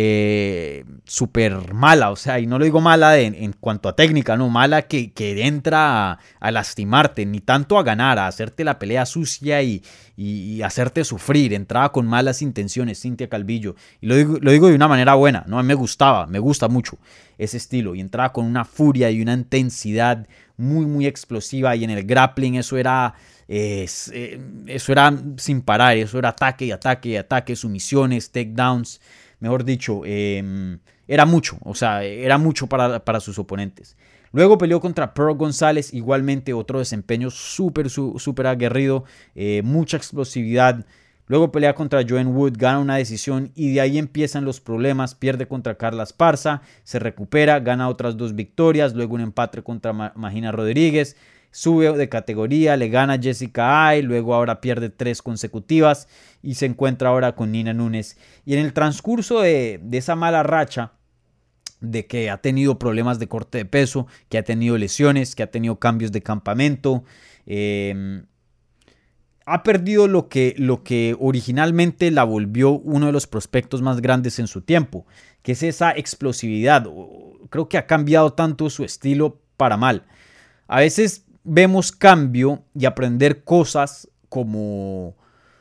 eh, súper mala, o sea, y no lo digo mala de, en cuanto a técnica, no, mala que, que entra a, a lastimarte, ni tanto a ganar, a hacerte la pelea sucia y, y, y hacerte sufrir. Entraba con malas intenciones Cintia Calvillo, y lo digo, lo digo de una manera buena, ¿no? A mí me gustaba, me gusta mucho ese estilo, y entraba con una furia y una intensidad muy, muy explosiva, y en el grappling eso era... Es, eh, eso era sin parar, eso era ataque y ataque y ataque, sumisiones, takedowns, mejor dicho, eh, era mucho, o sea, era mucho para, para sus oponentes. Luego peleó contra Pearl González, igualmente otro desempeño súper, súper aguerrido, eh, mucha explosividad. Luego pelea contra Joanne Wood, gana una decisión y de ahí empiezan los problemas. Pierde contra Carla Esparza, se recupera, gana otras dos victorias, luego un empate contra Ma- Magina Rodríguez. Sube de categoría, le gana a Jessica Ay, luego ahora pierde tres consecutivas y se encuentra ahora con Nina Nunes. Y en el transcurso de, de esa mala racha, de que ha tenido problemas de corte de peso, que ha tenido lesiones, que ha tenido cambios de campamento, eh, ha perdido lo que, lo que originalmente la volvió uno de los prospectos más grandes en su tiempo, que es esa explosividad. Creo que ha cambiado tanto su estilo para mal. A veces vemos cambio y aprender cosas como,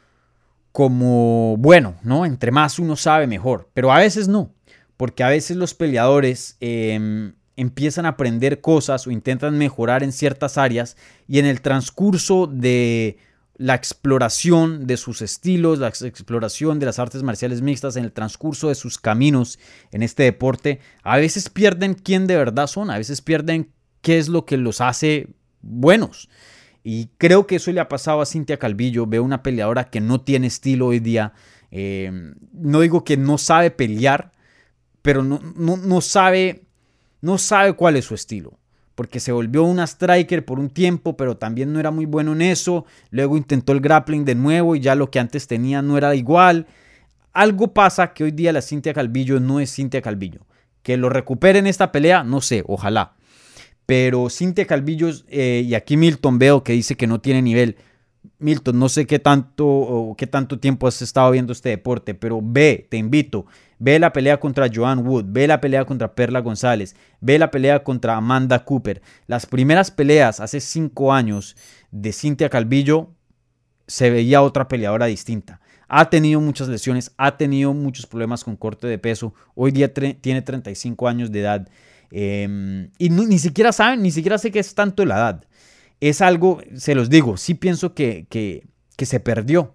como bueno, ¿no? Entre más uno sabe, mejor. Pero a veces no, porque a veces los peleadores eh, empiezan a aprender cosas o intentan mejorar en ciertas áreas y en el transcurso de la exploración de sus estilos, la exploración de las artes marciales mixtas, en el transcurso de sus caminos en este deporte, a veces pierden quién de verdad son, a veces pierden qué es lo que los hace buenos. Y creo que eso le ha pasado a Cynthia Calvillo. Veo una peleadora que no tiene estilo hoy día. Eh, no digo que no sabe pelear, pero no, no, no, sabe, no sabe cuál es su estilo. Porque se volvió una striker por un tiempo, pero también no era muy bueno en eso. Luego intentó el grappling de nuevo y ya lo que antes tenía no era igual. Algo pasa que hoy día la Cynthia Calvillo no es Cynthia Calvillo. Que lo recupere en esta pelea, no sé, ojalá. Pero Cynthia Calvillo, eh, y aquí Milton veo que dice que no tiene nivel. Milton, no sé qué tanto, o qué tanto tiempo has estado viendo este deporte, pero ve, te invito, ve la pelea contra Joanne Wood, ve la pelea contra Perla González, ve la pelea contra Amanda Cooper. Las primeras peleas hace cinco años de Cynthia Calvillo se veía otra peleadora distinta. Ha tenido muchas lesiones, ha tenido muchos problemas con corte de peso. Hoy día tiene treinta y cinco años de edad. Eh, y no, ni siquiera saben, ni siquiera sé qué es tanto la edad. Es algo, se los digo, sí pienso que, que, que se perdió.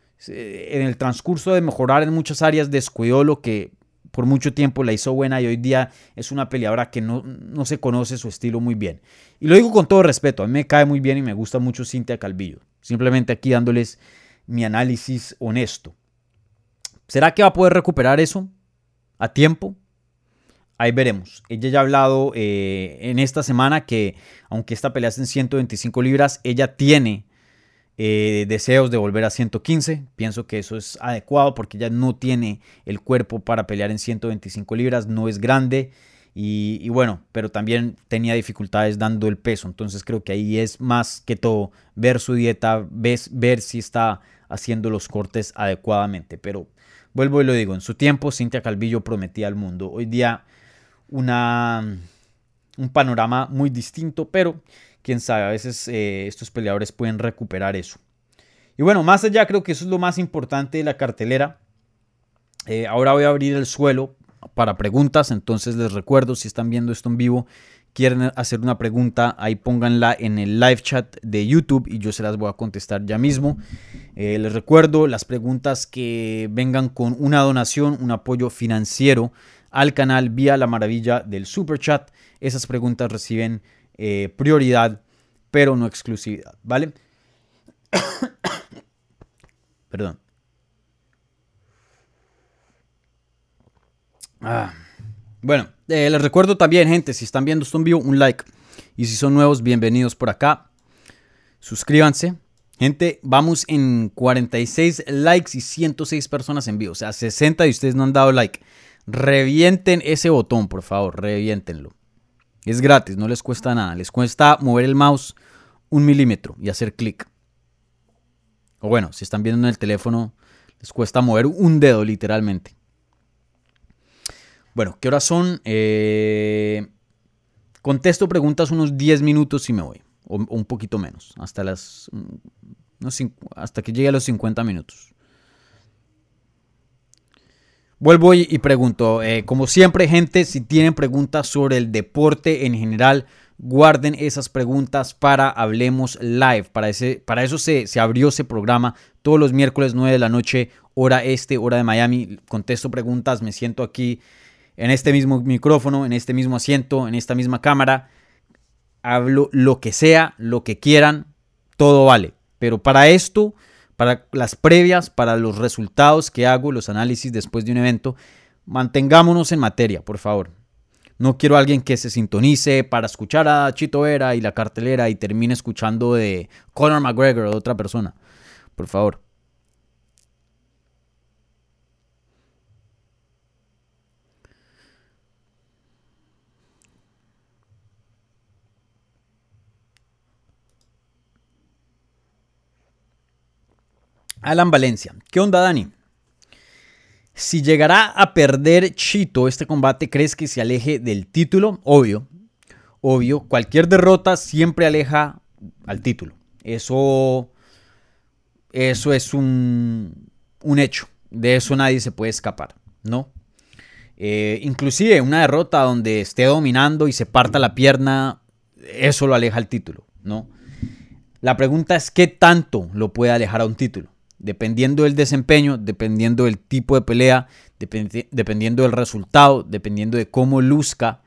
En el transcurso de mejorar en muchas áreas descuidó lo que por mucho tiempo la hizo buena y hoy día es una peleadora que no, no se conoce su estilo muy bien. Y lo digo con todo respeto, a mí me cae muy bien y me gusta mucho Cynthia Calvillo. Simplemente aquí dándoles mi análisis honesto. ¿Será que va a poder recuperar eso a tiempo? Ahí veremos. Ella ya ha hablado eh, en esta semana que, aunque esta pelea es en ciento veinticinco libras, ella tiene eh, deseos de volver a ciento quince. Pienso que eso es adecuado porque ella no tiene el cuerpo para pelear en ciento veinticinco libras, no es grande y, y bueno, pero también tenía dificultades dando el peso. Entonces creo que ahí es más que todo ver su dieta, ves, ver si está haciendo los cortes adecuadamente. Pero vuelvo y lo digo, en su tiempo Cynthia Calvillo prometía al mundo. Hoy día Una, un panorama muy distinto, pero quién sabe, a veces eh, estos peleadores pueden recuperar eso. Y bueno, más allá creo que eso es lo más importante de la cartelera. Eh, ahora voy a abrir el suelo para preguntas, entonces les recuerdo, si están viendo esto en vivo, quieren hacer una pregunta, ahí pónganla en el live chat de YouTube y yo se las voy a contestar ya mismo. Eh, les recuerdo, las preguntas que vengan con una donación, un apoyo financiero al canal vía la maravilla del super chat, esas preguntas reciben eh, prioridad, pero no exclusividad, ¿vale? Perdón. Ah. Bueno, eh, les recuerdo también, gente, si están viendo esto en vivo, un like. Y si son nuevos, bienvenidos por acá. Suscríbanse. Gente, vamos en cuarenta y seis likes y ciento seis personas en vivo. O sea, sesenta y ustedes no han dado like. Revienten ese botón, por favor, reviéntenlo. Es gratis, no les cuesta nada. Les cuesta mover el mouse un milímetro y hacer clic. O bueno, si están viendo en el teléfono, les cuesta mover un dedo, literalmente. Bueno, ¿qué horas son? Eh, contesto preguntas unos diez minutos y me voy. O, o un poquito menos. Hasta las. No, hasta que llegue a los cincuenta minutos. Vuelvo y, y pregunto, eh, como siempre, gente, si tienen preguntas sobre el deporte en general, guarden esas preguntas para Hablemos Live. Para, ese, para eso se, se abrió ese programa todos los miércoles nueve de la noche, hora este, hora de Miami. Contesto preguntas, me siento aquí en este mismo micrófono, en este mismo asiento, en esta misma cámara. Hablo lo que sea, lo que quieran, todo vale. Pero para esto, para las previas, para los resultados que hago, los análisis después de un evento, mantengámonos en materia, por favor. No quiero a alguien que se sintonice para escuchar a Chito Vera y la cartelera y termine escuchando de Conor McGregor o de otra persona. Por favor. Alan Valencia. ¿Qué onda, Dani? Si llegará a perder Chito este combate, ¿crees que se aleje del título? Obvio, obvio. Cualquier derrota siempre aleja al título. Eso, eso es un, un hecho. De eso nadie se puede escapar, ¿no? Eh, inclusive una derrota donde esté dominando y se parta la pierna, eso lo aleja al título, ¿no? La pregunta es qué tanto lo puede alejar a un título. Dependiendo del desempeño, dependiendo del tipo de pelea, dependi- dependiendo del resultado, dependiendo de cómo luzca,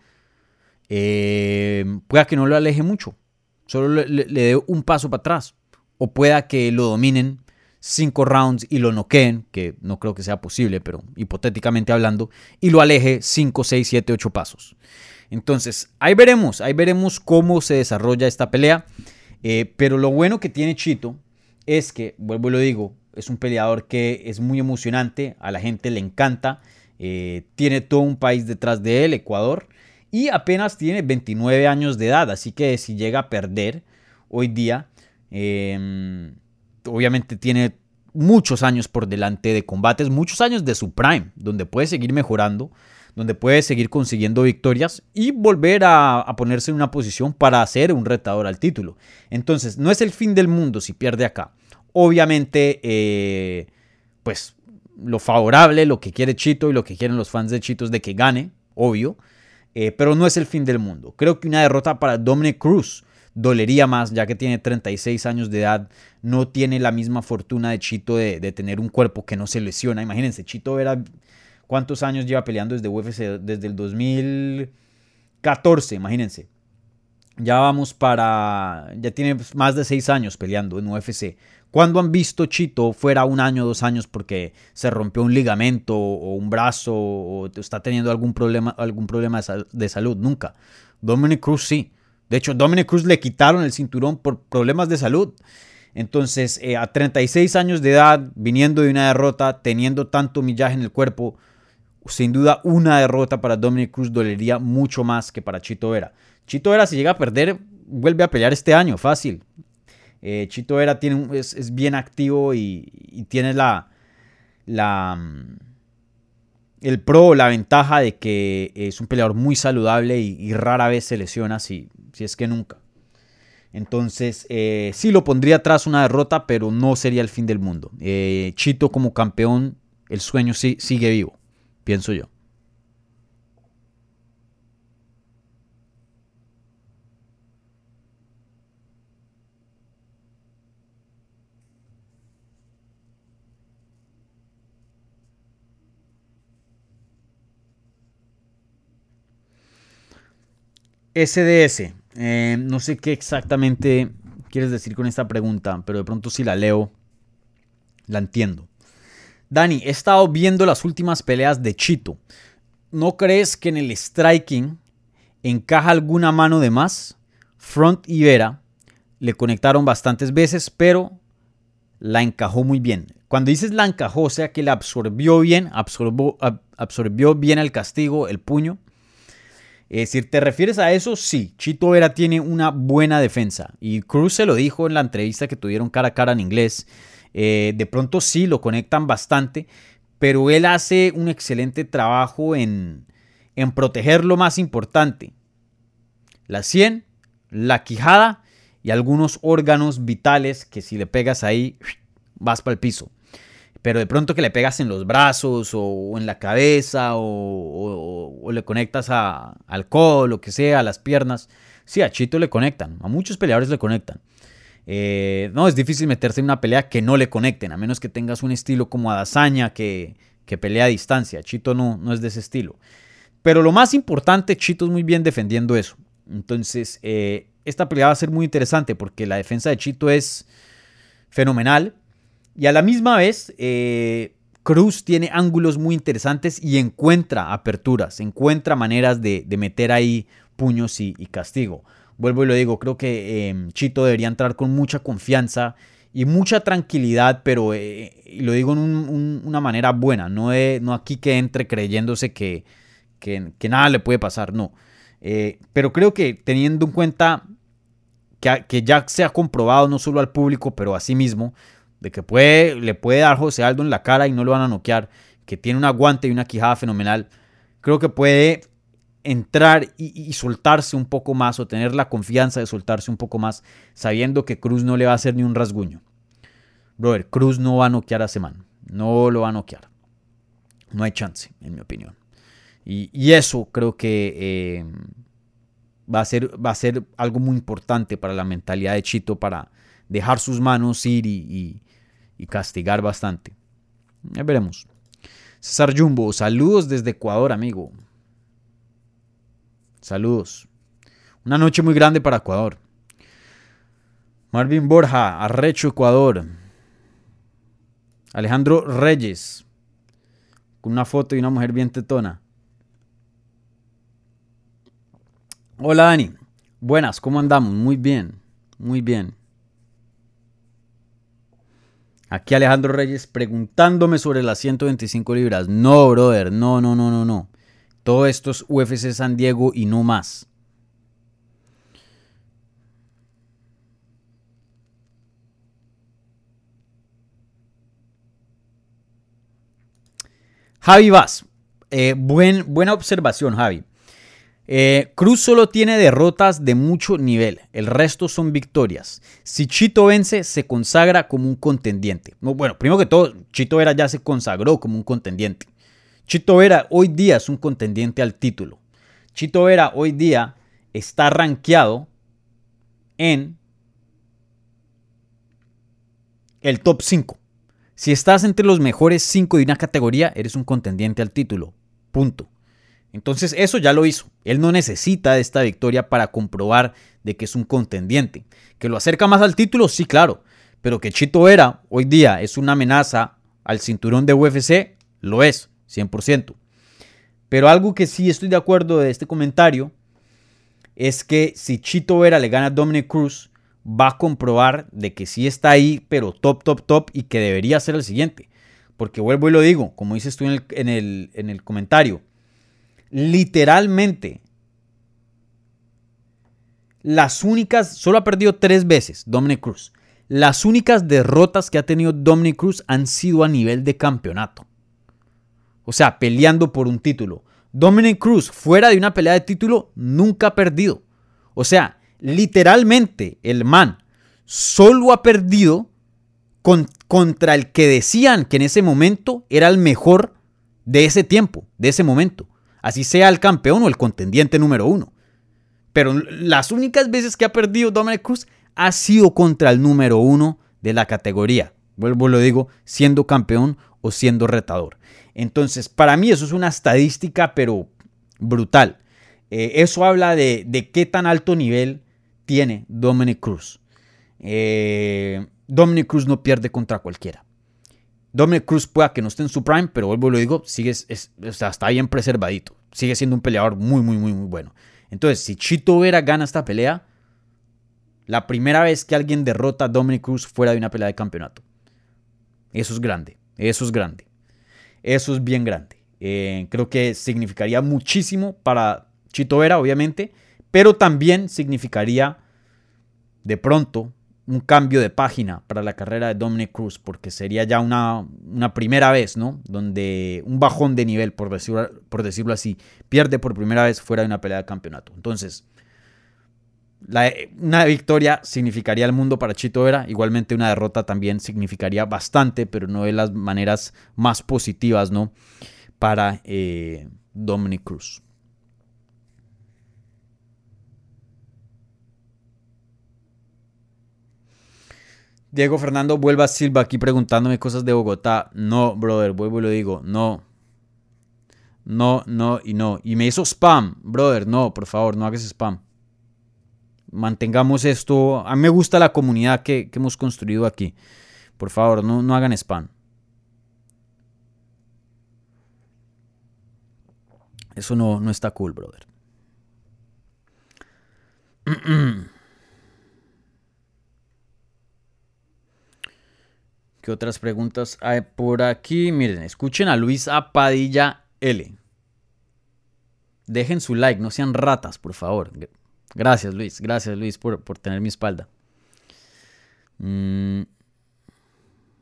eh, pueda que no lo aleje mucho, solo le, le, le dé un paso para atrás, o pueda que lo dominen cinco rounds y lo noqueen, que no creo que sea posible, pero hipotéticamente hablando, y lo aleje cinco, seis, siete, ocho pasos. Entonces, ahí veremos, ahí veremos cómo se desarrolla esta pelea, eh, pero lo bueno que tiene Chito es que, vuelvo y lo digo, es un peleador que es muy emocionante, a la gente le encanta, eh, tiene todo un país detrás de él, Ecuador, y apenas tiene veintinueve años de edad, así que si llega a perder hoy día, eh, obviamente tiene muchos años por delante de combates, muchos años de su prime, donde puede seguir mejorando, donde puede seguir consiguiendo victorias y volver a, a ponerse en una posición para ser un retador al título. Entonces, no es el fin del mundo si pierde acá. Obviamente, eh, pues lo favorable, lo que quiere Chito y lo que quieren los fans de Chito es de que gane, obvio, eh, pero no es el fin del mundo. Creo que una derrota para Dominick Cruz dolería más, ya que tiene treinta y seis años de edad, no tiene la misma fortuna de Chito de, de tener un cuerpo que no se lesiona. Imagínense, Chito era... ¿Cuántos años lleva peleando desde U F C? Desde el dos mil catorce, imagínense. Ya vamos para... Ya tiene más de seis años peleando en U F C. ¿Cuándo han visto Chito fuera un año, dos años porque se rompió un ligamento o un brazo o está teniendo algún problema, algún problema de, sal- de salud? Nunca. Dominick Cruz sí. De hecho, Dominick Cruz le quitaron el cinturón por problemas de salud. Entonces, eh, a treinta y seis años de edad, viniendo de una derrota, teniendo tanto millaje en el cuerpo, sin duda una derrota para Dominick Cruz dolería mucho más que para Chito Vera. Chito Vera, si llega a perder, vuelve a pelear este año, fácil. Eh, Chito Vera tiene un, es, es bien activo y, y tiene la, la, el pro, la ventaja de que es un peleador muy saludable y, y rara vez se lesiona, si, si es que nunca. Entonces, eh, sí lo pondría tras una derrota, pero no sería el fin del mundo. Eh, Chito como campeón, el sueño sí, sigue vivo, pienso yo. S D S, eh, no sé qué exactamente quieres decir con esta pregunta, pero de pronto si la leo, la entiendo. Dani, he estado viendo las últimas peleas de Chito. ¿No crees que en el striking encaja alguna mano de más? Front y Vera le conectaron bastantes veces, pero la encajó muy bien. Cuando dices la encajó, o sea que la absorbió bien, absorbió, ab, absorbió bien el castigo, el puño. Eh, si te refieres a eso, sí, Chito Vera tiene una buena defensa. Y Cruz se lo dijo en la entrevista que tuvieron cara a cara en inglés. Eh, de pronto sí, lo conectan bastante, pero él hace un excelente trabajo en, en proteger lo más importante. La sien, la quijada y algunos órganos vitales que si le pegas ahí, vas para el piso. Pero de pronto que le pegas en los brazos o en la cabeza o, o, o le conectas a, al codo, lo que sea, a las piernas. Sí, a Chito le conectan, a muchos peleadores le conectan. Eh, no, es difícil meterse en una pelea que no le conecten, a menos que tengas un estilo como Adesanya que, que pelea a distancia. Chito no, no es de ese estilo. Pero lo más importante, Chito es muy bien defendiendo eso. Entonces, eh, esta pelea va a ser muy interesante porque la defensa de Chito es fenomenal. Y a la misma vez, eh, Cruz tiene ángulos muy interesantes y encuentra aperturas, encuentra maneras de, de meter ahí puños y, y castigo. Vuelvo y lo digo, creo que eh, Chito debería entrar con mucha confianza y mucha tranquilidad, pero eh, y lo digo en un, un, una manera buena, no, de, no aquí que entre creyéndose que, que, que nada le puede pasar, no. Eh, pero creo que teniendo en cuenta que, que ya se ha comprobado no solo al público, pero a sí mismo, de que puede, le puede dar José Aldo en la cara y no lo van a noquear, que tiene un aguante y una quijada fenomenal, creo que puede entrar y, y soltarse un poco más o tener la confianza de soltarse un poco más sabiendo que Cruz no le va a hacer ni un rasguño. Brother, Cruz no va a noquear a ese man, no lo va a noquear. No hay chance, en mi opinión. Y, y eso creo que eh, va, a ser, va a ser algo muy importante para la mentalidad de Chito, para dejar sus manos ir y, y, y castigar bastante. Ya veremos. César Jumbo, saludos desde Ecuador, amigo. Saludos. Una noche muy grande para Ecuador. Marvin Borja, arrecho Ecuador. Alejandro Reyes, con una foto y una mujer bien tetona. Hola Dani, buenas, ¿cómo andamos? Muy bien, muy bien. Aquí Alejandro Reyes preguntándome sobre las ciento veinticinco libras. No, brother, no, no, no, no, no. Todo esto es U F C San Diego y no más. Javi Vaz, eh, buen, buena observación, Javi. Eh, Cruz solo tiene derrotas de mucho nivel, el resto son victorias. Si Chito vence, se consagra como un contendiente. Bueno, primero que todo, Chito Vera ya se consagró como un contendiente. Chito Vera hoy día es un contendiente al título. Chito Vera hoy día está rankeado en el top cinco. Si estás entre los mejores cinco de una categoría, eres un contendiente al título. Punto. Entonces eso ya lo hizo. Él no necesita de esta victoria para comprobar de que es un contendiente. ¿Que lo acerca más al título? Sí, claro. Pero que Chito Vera hoy día es una amenaza al cinturón de U F C, lo es, cien por ciento. Pero algo que sí estoy de acuerdo de este comentario es que si Chito Vera le gana a Dominick Cruz, va a comprobar de que sí está ahí, pero top, top, top, y que debería ser el siguiente. Porque vuelvo y lo digo, como dices tú en el, en el, en el comentario, literalmente, las únicas, solo ha perdido tres veces Dominick Cruz. Las únicas derrotas que ha tenido Dominick Cruz han sido a nivel de campeonato. O sea, peleando por un título. Dominick Cruz, fuera de una pelea de título, nunca ha perdido. O sea, literalmente, el man solo ha perdido con, contra el que decían que en ese momento era el mejor de ese tiempo, de ese momento. Así sea el campeón o el contendiente número uno. Pero las únicas veces que ha perdido Dominick Cruz ha sido contra el número uno de la categoría. Vuelvo, lo digo, siendo campeón o siendo retador. Entonces, para mí eso es una estadística, pero brutal. Eh, eso habla de, de qué tan alto nivel tiene Dominick Cruz. Eh, Dominick Cruz no pierde contra cualquiera. Dominick Cruz pueda que no esté en su prime, pero vuelvo y lo digo, sigue, es, o sea, está bien preservadito. Sigue siendo un peleador muy, muy, muy, muy bueno. Entonces, si Chito Vera gana esta pelea, la primera vez que alguien derrota a Dominick Cruz fuera de una pelea de campeonato. Eso es grande, eso es grande. Eso es bien grande. Eh, creo que significaría muchísimo para Chito Vera, obviamente, pero también significaría de pronto un cambio de página para la carrera de Dominick Cruz, porque sería ya una, una primera vez, ¿no? Donde un bajón de nivel, por decirlo, por decirlo así, pierde por primera vez fuera de una pelea de campeonato. Entonces, la, una victoria significaría el mundo para Chito Vera, igualmente una derrota también significaría bastante, pero no de las maneras más positivas, ¿no? Para eh, Dominick Cruz. Diego Fernando Vuelva Silva aquí preguntándome cosas de Bogotá. No, brother, vuelvo y lo digo. No. No, no y no. Y me hizo spam, brother. No, por favor, no hagas spam. Mantengamos esto. A mí me gusta la comunidad que, que hemos construido aquí. Por favor, no, no hagan spam. Eso no, no está cool, brother. ¿Qué otras preguntas hay por aquí? Miren, escuchen a Luis Apadilla L. Dejen su like, no sean ratas, por favor. Gracias, Luis. Gracias, Luis, por, por tener mi espalda. Mm.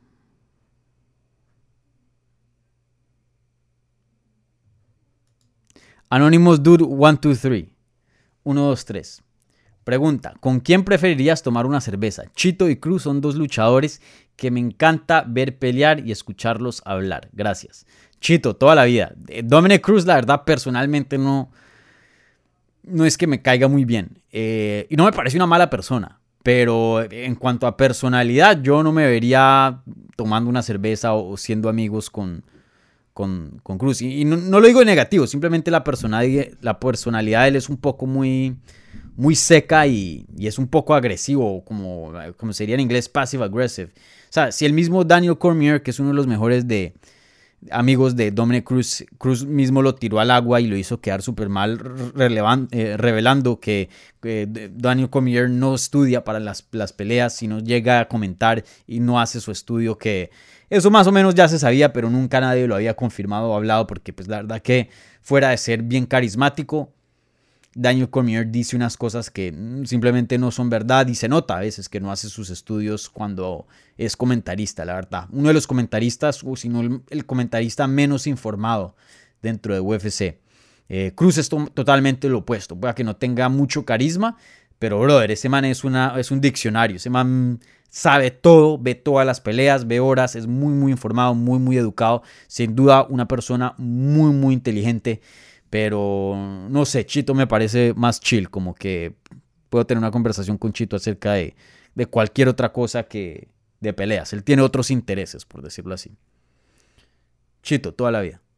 Anonymous Dude uno, dos, tres. uno, dos, tres. Pregunta, ¿con quién preferirías tomar una cerveza? Chito y Cruz son dos luchadores que me encanta ver pelear y escucharlos hablar. Gracias. Chito, toda la vida. Dominic Cruz, la verdad, personalmente no, no es que me caiga muy bien. Eh, y no me parece una mala persona. Pero en cuanto a personalidad, yo no me vería tomando una cerveza o siendo amigos con, con, con Cruz. Y, y no, no lo digo negativo, simplemente la personalidad, la personalidad de él es un poco muy... muy seca y, y es un poco agresivo, como, como sería en inglés passive aggressive. O sea, si el mismo Daniel Cormier, que es uno de los mejores de amigos de Dominic Cruz, Cruz mismo lo tiró al agua y lo hizo quedar súper mal, relevan, eh, revelando que eh, Daniel Cormier no estudia para las, las peleas, sino llega a comentar y no hace su estudio, que eso más o menos ya se sabía, pero nunca nadie lo había confirmado o hablado, porque pues la verdad que fuera de ser bien carismático, Daniel Cormier dice unas cosas que simplemente no son verdad y se nota a veces que no hace sus estudios cuando es comentarista, la verdad. Uno de los comentaristas, o si no el, el comentarista menos informado dentro de U F C. Eh, Cruz es to- totalmente lo opuesto. Puede que no tenga mucho carisma, pero brother, ese man es, una, es un diccionario. Ese man sabe todo, ve todas las peleas, ve horas, es muy muy informado, muy muy educado. Sin duda una persona muy muy inteligente. Pero no sé, Chito me parece más chill, como que puedo tener una conversación con Chito acerca de, de cualquier otra cosa que de peleas. Él tiene otros intereses, por decirlo así. Chito, toda la vida.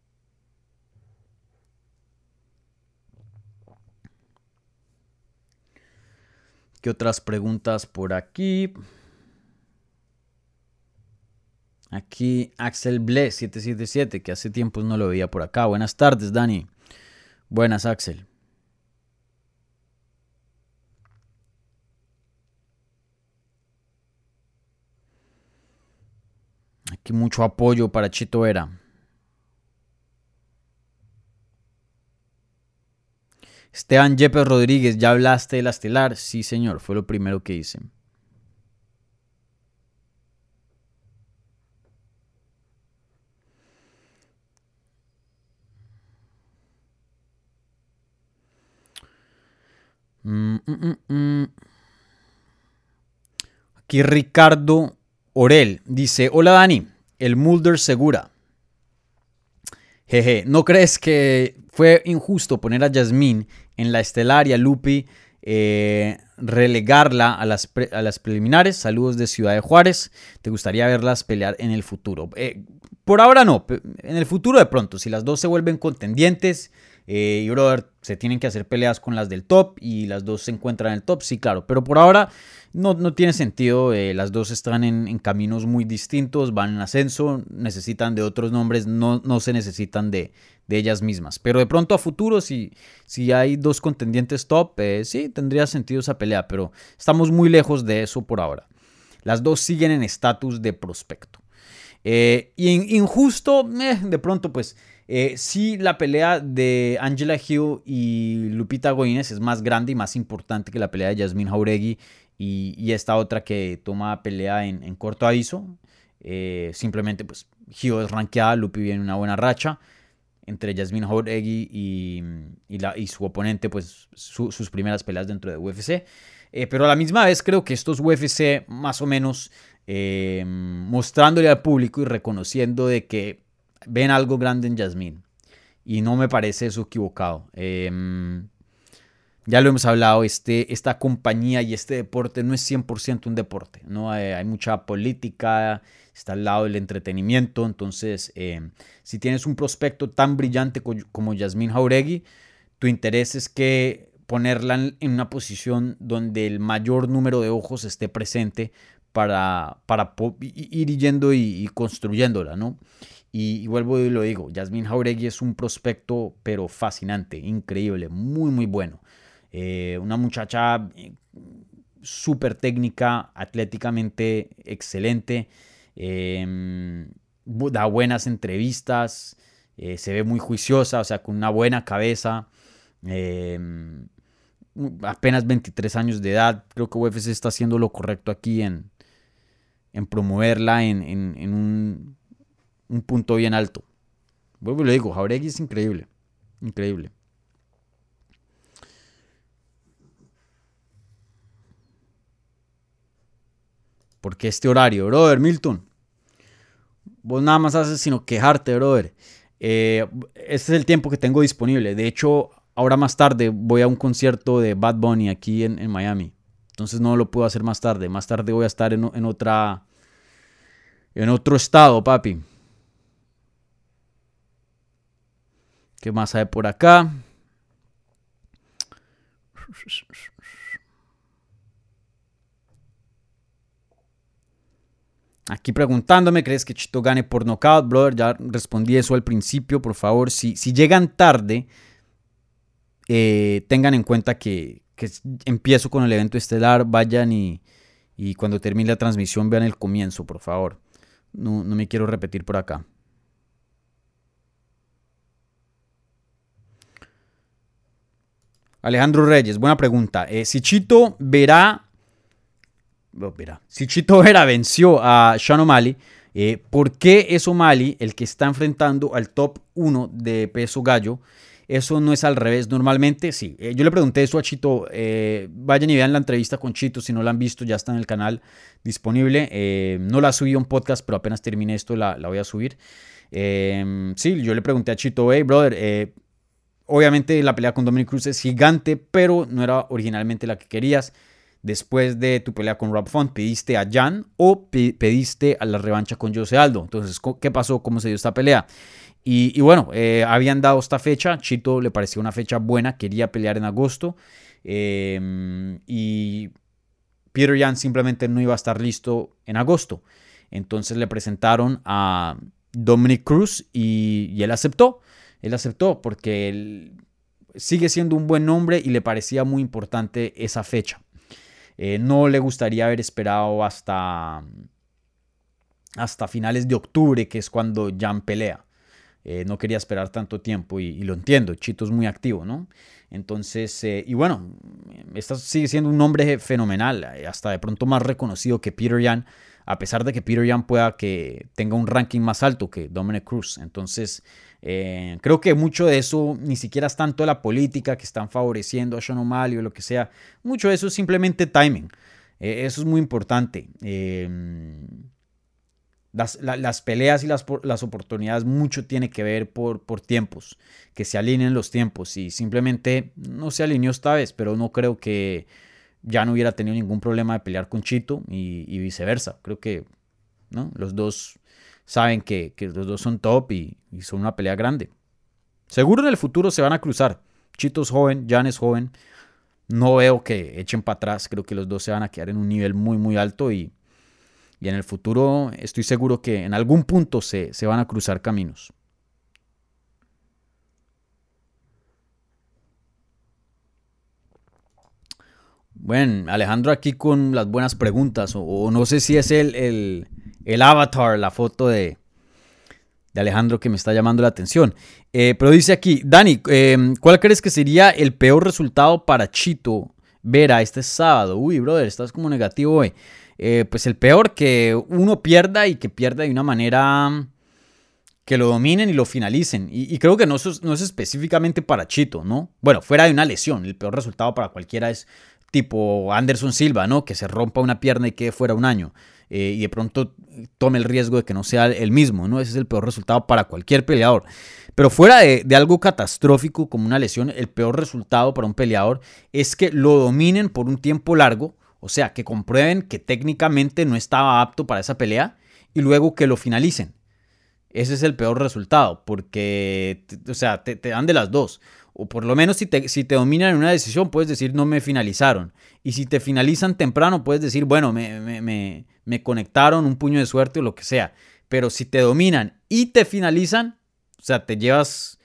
¿Qué otras preguntas por aquí? Aquí Axel Ble siete siete siete, que hace tiempos no lo veía por acá. Buenas tardes, Dani. Buenas, Axel. Aquí mucho apoyo para Chito Vera. Esteban Yepes Rodríguez, ¿ya hablaste de la estelar? Sí, señor, fue lo primero que hice. Mm, mm, mm. Aquí Ricardo Orel dice, hola Dani, el Mulder Segura. Jeje, ¿no crees que fue injusto poner a Yasmín en la estelar y a Lupi eh, relegarla a las, pre- a las preliminares? Saludos de Ciudad de Juárez. ¿Te gustaría verlas pelear en el futuro? Eh, por ahora no, en el futuro de pronto, si las dos se vuelven contendientes eh, y brother, se tienen que hacer peleas con las del top y las dos se encuentran en el top, sí, claro, pero por ahora no, no tiene sentido. Eh, las dos están en, en caminos muy distintos, van en ascenso, necesitan de otros nombres, no, no se necesitan de, de ellas mismas, pero de pronto a futuro si, si hay dos contendientes top, eh, sí, tendría sentido esa pelea, pero estamos muy lejos de eso por ahora. Las dos siguen en estatus de prospecto. Eh, y injusto, eh, de pronto pues eh, sí, la pelea de Angela Hill y Lupita Godínez es más grande y más importante que la pelea de Yasmín Jauregui y, y esta otra que toma pelea en, en corto aviso. Eh, simplemente pues Hill es rankeada, Lupi viene en una buena racha. Entre Yasmín Jauregui y, y, la, y su oponente, pues su, sus primeras peleas dentro de U F C. Eh, pero a la misma vez creo que estos U F C más o menos eh, mostrándole al público y reconociendo de que ven algo grande en Yasmín. Y no me parece eso equivocado. Eh, ya lo hemos hablado, este, esta compañía y este deporte no es cien por ciento un deporte, ¿no? Hay, hay mucha política, está al lado del entretenimiento. Entonces, eh, si tienes un prospecto tan brillante co- como Yasmín Jauregui, tu interés es que ponerla en, en una posición donde el mayor número de ojos esté presente para, para po- ir yendo y, y construyéndola, ¿no? Y, y vuelvo y lo digo, Yasmín Jauregui es un prospecto pero fascinante, increíble, muy muy bueno. Eh, una muchacha eh, súper técnica, atléticamente excelente, eh, da buenas entrevistas, eh, se ve muy juiciosa, o sea, con una buena cabeza, eh, apenas veintitrés años de edad. Creo que U F C está haciendo lo correcto aquí en, en promoverla en, en, en un, un punto bien alto. Vuelvo y lo digo, Jauregui es increíble. Increíble. ¿Por qué este horario, brother? Milton, vos nada más haces sino quejarte, brother. Eh, este es el tiempo que tengo disponible. De hecho, ahora más tarde voy a un concierto de Bad Bunny aquí en, en Miami. Entonces no lo puedo hacer más tarde. Más tarde voy a estar en, en otra... En otro estado, papi. ¿Qué más hay por acá? Aquí preguntándome, ¿crees que Chito gane por nocaut? Brother, ya respondí eso al principio. Por favor, si, si llegan tarde, eh, tengan en cuenta que, que empiezo con el evento estelar. Vayan y, y cuando termine la transmisión vean el comienzo, por favor. No, no me quiero repetir por acá. Alejandro Reyes, buena pregunta. Eh, si Chito verá... Oh, verá. Si Chito Vera venció a Sean O'Malley, eh, ¿por qué es O'Malley el que está enfrentando al top uno de peso gallo? Eso no es al revés normalmente. Sí, eh, yo le pregunté eso a Chito. Eh, vayan y vean la entrevista con Chito. Si no la han visto, ya está en el canal disponible. Eh, no la subí a un podcast, pero apenas termine esto la, la voy a subir. Eh, sí, yo le pregunté a Chito, hey, brother, eh, obviamente la pelea con Dominick Cruz es gigante, pero no era originalmente la que querías. Después de tu pelea con Rob Font, ¿pediste a Jan o pediste a la revancha con Jose Aldo? Entonces, ¿qué pasó? ¿Cómo se dio esta pelea? Y, y bueno, eh, habían dado esta fecha. Chito le pareció una fecha buena, quería pelear en agosto. Eh, y Peter Yan simplemente no iba a estar listo en agosto. Entonces le presentaron a Dominick Cruz y, y él aceptó. Él aceptó porque él sigue siendo un buen nombre y le parecía muy importante esa fecha. Eh, no le gustaría haber esperado hasta, hasta finales de octubre, que es cuando Jan pelea. Eh, no quería esperar tanto tiempo y, y lo entiendo. Chito es muy activo, ¿no? Entonces, eh, y bueno, esta sigue siendo un nombre fenomenal, hasta de pronto más reconocido que Peter Yan, a pesar de que Peter Yan pueda que tenga un ranking más alto que Dominick Cruz. Entonces, eh, creo que mucho de eso ni siquiera es tanto la política que están favoreciendo a Sean O'Malley o lo que sea. Mucho de eso es simplemente timing. Eh, eso es muy importante. Eh, las, la, las peleas y las, las oportunidades mucho tiene que ver por, por tiempos, que se alineen los tiempos. Y simplemente no se alineó esta vez, pero no creo que ya no hubiera tenido ningún problema de pelear con Chito y, y viceversa. Creo que, ¿no?, los dos saben que, que los dos son top y, y son una pelea grande. Seguro en el futuro se van a cruzar. Chito es joven, Jan es joven. No veo que echen para atrás. Creo que los dos se van a quedar en un nivel muy, muy alto y, y en el futuro estoy seguro que en algún punto se, se van a cruzar caminos. Bueno, Alejandro aquí con las buenas preguntas, o, o no sé si es el, el, el avatar, la foto de, de Alejandro que me está llamando la atención. Eh, pero dice aquí, Dani, eh, ¿cuál crees que sería el peor resultado para Chito Vera este sábado? Uy, brother, estás como negativo hoy. Eh, pues el peor, que uno pierda y que pierda de una manera que lo dominen y lo finalicen. Y, y creo que no es, no es específicamente para Chito, ¿no? Bueno, fuera de una lesión, el peor resultado para cualquiera es tipo Anderson Silva, ¿no? Que se rompa una pierna y quede fuera un año. Eh, y de pronto tome el riesgo de que no sea el mismo, ¿no? Ese es el peor resultado para cualquier peleador. Pero fuera de, de algo catastrófico como una lesión, el peor resultado para un peleador es que lo dominen por un tiempo largo, o sea, que comprueben que técnicamente no estaba apto para esa pelea y luego que lo finalicen. Ese es el peor resultado, porque, o sea, te, te dan de las dos. O por lo menos si te, si te dominan en una decisión, puedes decir no me finalizaron. Y si te finalizan temprano, puedes decir, bueno, me, me, me, me conectaron, un puño de suerte o lo que sea. Pero si te dominan y te finalizan, o sea, te llevas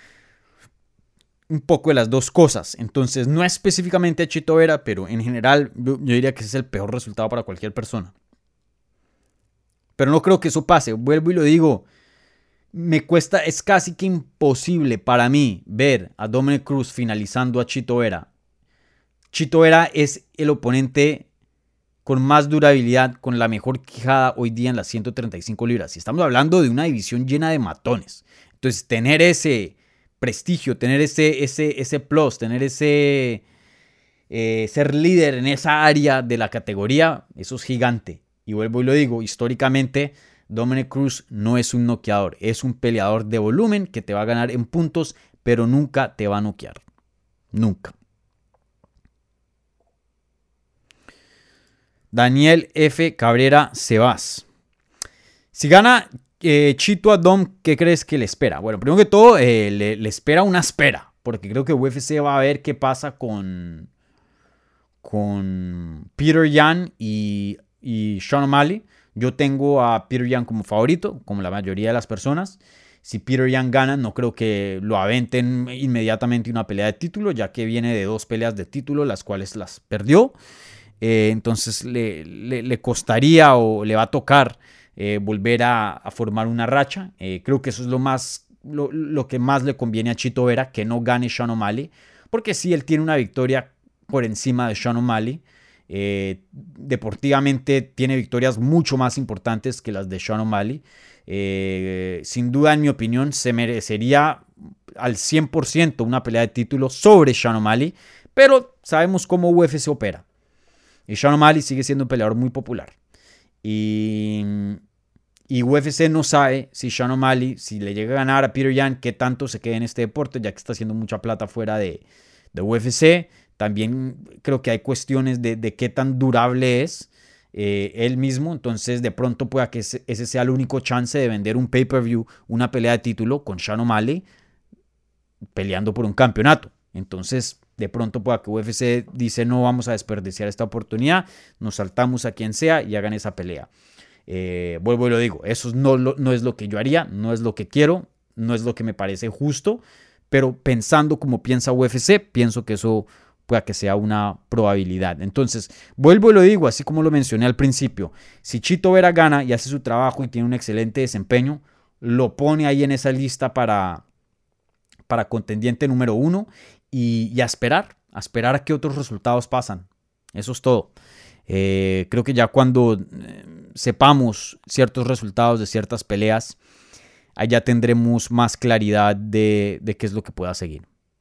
un poco de las dos cosas. Entonces, no específicamente a Chito Vera, pero en general yo, yo diría que ese es el peor resultado para cualquier persona. Pero no creo que eso pase. Vuelvo y lo digo. Me cuesta, es casi que imposible para mí ver a Dominick Cruz finalizando a Chito Vera. Chito Vera es el oponente con más durabilidad, con la mejor quijada hoy día en las ciento treinta y cinco libras. Y estamos hablando de una división llena de matones. Entonces, tener ese prestigio, tener ese, ese, ese plus, tener ese... Eh, ser líder en esa área de la categoría, eso es gigante. Y vuelvo y lo digo, históricamente Dominick Cruz no es un noqueador, es un peleador de volumen que te va a ganar en puntos, pero nunca te va a noquear. Nunca. Daniel F. Cabrera Sebas. Si gana eh, Chito a Dom, ¿qué crees que le espera? Bueno, primero que todo, eh, le, le espera una espera, porque creo que U F C va a ver qué pasa con... con Peter Yan y, y Sean O'Malley. Yo tengo a Peter Yan como favorito, como la mayoría de las personas. Si Peter Yan gana, no creo que lo aventen inmediatamente una pelea de título, ya que viene de dos peleas de título, las cuales las perdió. Eh, entonces le, le, le costaría o le va a tocar eh, volver a, a formar una racha. Eh, creo que eso es lo, más, lo, lo que más le conviene a Chito Vera, que no gane Sean O'Malley, porque si él tiene una victoria por encima de Sean O'Malley. Eh, deportivamente tiene victorias mucho más importantes que las de Sean O'Malley. Eh, sin duda, en mi opinión, se merecería al cien por ciento una pelea de título sobre Sean O'Malley, pero sabemos cómo U F C opera. Y Sean O'Malley sigue siendo un peleador muy popular. Y, y U F C no sabe si Sean O'Malley, si le llega a ganar a Peter Yan, qué tanto se quede en este deporte, ya que está haciendo mucha plata fuera de, de U F C. También creo que hay cuestiones de, de qué tan durable es eh, él mismo. Entonces, de pronto pueda que ese, ese sea el único chance de vender un pay-per-view, una pelea de título con Sean O'Malley peleando por un campeonato. Entonces, de pronto pueda que U F C dice no vamos a desperdiciar esta oportunidad, nos saltamos a quien sea y hagan esa pelea. Eh, vuelvo y lo digo, eso no, no es lo que yo haría, no es lo que quiero, no es lo que me parece justo, pero pensando como piensa U F C, pienso que eso pueda que sea una probabilidad. Entonces, vuelvo y lo digo, así como lo mencioné al principio, si Chito Vera gana y hace su trabajo y tiene un excelente desempeño, lo pone ahí en esa lista para, para contendiente número uno y, y a esperar, a esperar a que otros resultados pasan. Eso es todo. Eh, creo que ya cuando eh, sepamos ciertos resultados de ciertas peleas, allá tendremos más claridad de, de qué es lo que pueda seguir.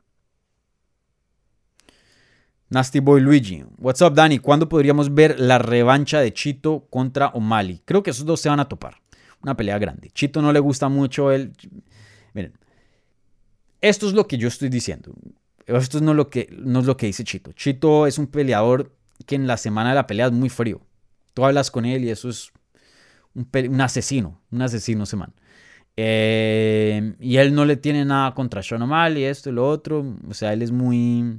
Nasty Boy Luigi. What's up, Dani? ¿Cuándo podríamos ver la revancha de Chito contra O'Malley? Creo que esos dos se van a topar. Una pelea grande. Chito no le gusta mucho el... Miren. Esto es lo que yo estoy diciendo. Esto no es lo que, no es lo que dice Chito. Chito es un peleador que en la semana de la pelea es muy frío. Tú hablas con él y eso es un, pele... un asesino. Un asesino ese man. Eh... Y él no le tiene nada contra Sean O'Malley, esto y lo otro. O sea, él es muy...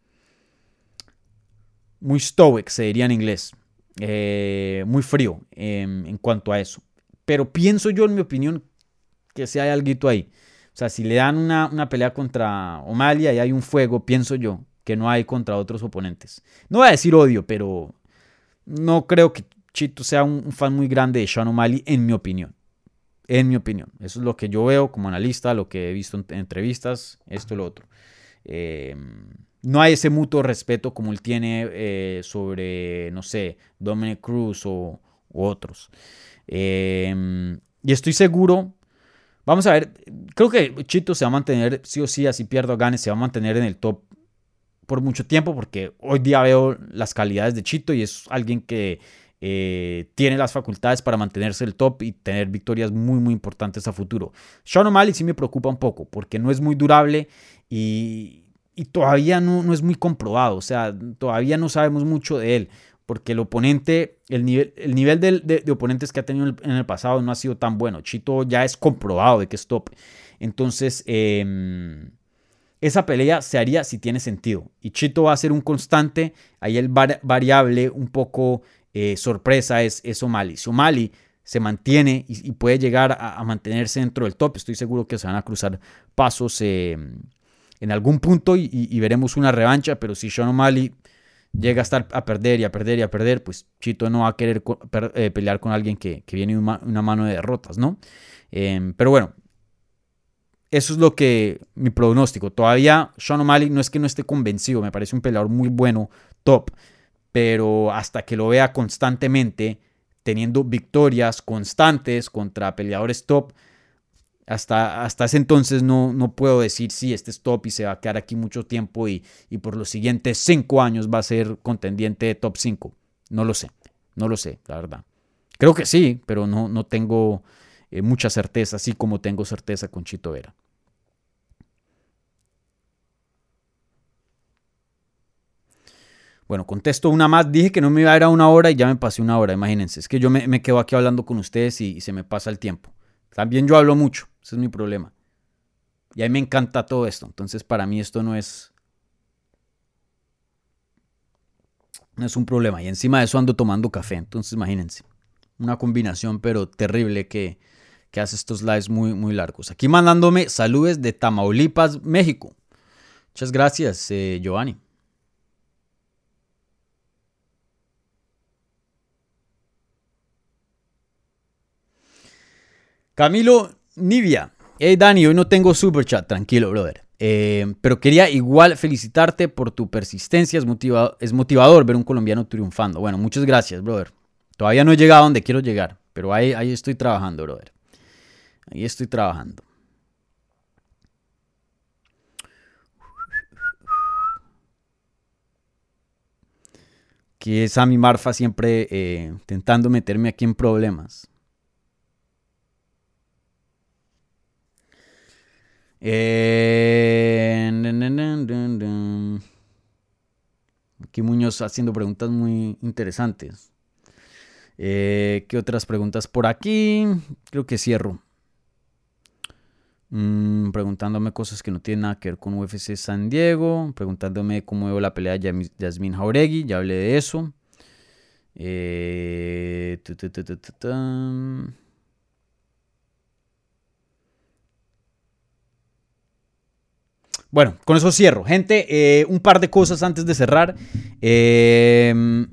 muy stoic, se diría en inglés, eh, muy frío eh, en cuanto a eso. Pero pienso yo, en mi opinión, que si hay algo ahí. O sea, si le dan una, una pelea contra O'Malley y hay un fuego, pienso yo, que no hay contra otros oponentes. No voy a decir odio, pero no creo que Chito sea un, un fan muy grande de Sean O'Malley, en mi opinión. En mi opinión. Eso es lo que yo veo como analista, lo que he visto en, en entrevistas, esto y lo otro. Eh... No hay ese mutuo respeto como él tiene eh, sobre, no sé, Dominick Cruz o, u otros. Eh, y estoy seguro, vamos a ver, creo que Chito se va a mantener, sí o sí, así pierda o gane, se va a mantener en el top por mucho tiempo, porque hoy día veo las calidades de Chito y es alguien que eh, tiene las facultades para mantenerse en el top y tener victorias muy, muy importantes a futuro. Sean O'Malley sí me preocupa un poco, porque no es muy durable y... Y todavía no, no es muy comprobado, o sea, todavía no sabemos mucho de él, porque el oponente, el nivel, el nivel de, de, de oponentes que ha tenido en el pasado no ha sido tan bueno. Chito ya es comprobado de que es top. Entonces, eh, esa pelea se haría si tiene sentido. Y Chito va a ser un constante, ahí el var, variable un poco eh, sorpresa es, es O'Malley. Si O'Malley se mantiene y, y puede llegar a, a mantenerse dentro del top, estoy seguro que se van a cruzar pasos eh, en algún punto y, y, y veremos una revancha, pero si Sean O'Malley llega a estar a perder y a perder y a perder, pues Chito no va a querer co- per, eh, pelear con alguien que, que viene una, una mano de derrotas, ¿no? Eh, pero bueno, eso es lo que mi pronóstico. Todavía Sean O'Malley no es que no esté convencido, me parece un peleador muy bueno, top, pero hasta que lo vea constantemente teniendo victorias constantes contra peleadores top, hasta, hasta ese entonces no, no puedo decir si sí, este es top y se va a quedar aquí mucho tiempo y, y por los siguientes cinco años va a ser contendiente de top cinco. No lo sé, no lo sé, la verdad. Creo que sí, pero no, no tengo eh, mucha certeza, así como tengo certeza con Chito Vera. Bueno, contesto una más. Dije que no me iba a ir a una hora y ya me pasé una hora, imagínense. Es que yo me, me quedo aquí hablando con ustedes y, y se me pasa el tiempo. También yo hablo mucho, ese es mi problema. Y a mí me encanta todo esto. Entonces para mí esto no es, no es un problema. Y encima de eso ando tomando café. Entonces imagínense. Una combinación pero terrible que, que hace estos lives muy, muy largos. Aquí mandándome saludos de Tamaulipas, México. Muchas gracias, eh, Giovanni. Camilo Nivia. Hey Dani, hoy no tengo super chat, tranquilo, brother. Eh, pero quería igual felicitarte por tu persistencia. Es, motiva- es motivador ver un colombiano triunfando. Bueno, muchas gracias, brother. Todavía no he llegado a donde quiero llegar, pero ahí, ahí estoy trabajando, brother. Ahí estoy trabajando. Que es Sammy Marfa siempre eh, intentando meterme aquí en problemas. Eh, dun, dun, dun, dun. Aquí Muñoz haciendo preguntas muy interesantes. Eh, ¿Qué otras preguntas por aquí? Creo que cierro. Mm, preguntándome cosas que no tienen nada que ver con U F C San Diego. Preguntándome cómo veo la pelea de Yasmín Jauregui. Ya hablé de eso. Eh, tu, tu, tu, tu, tu, tu. Bueno, con eso cierro. Gente, eh, un par de cosas antes de cerrar. Eh,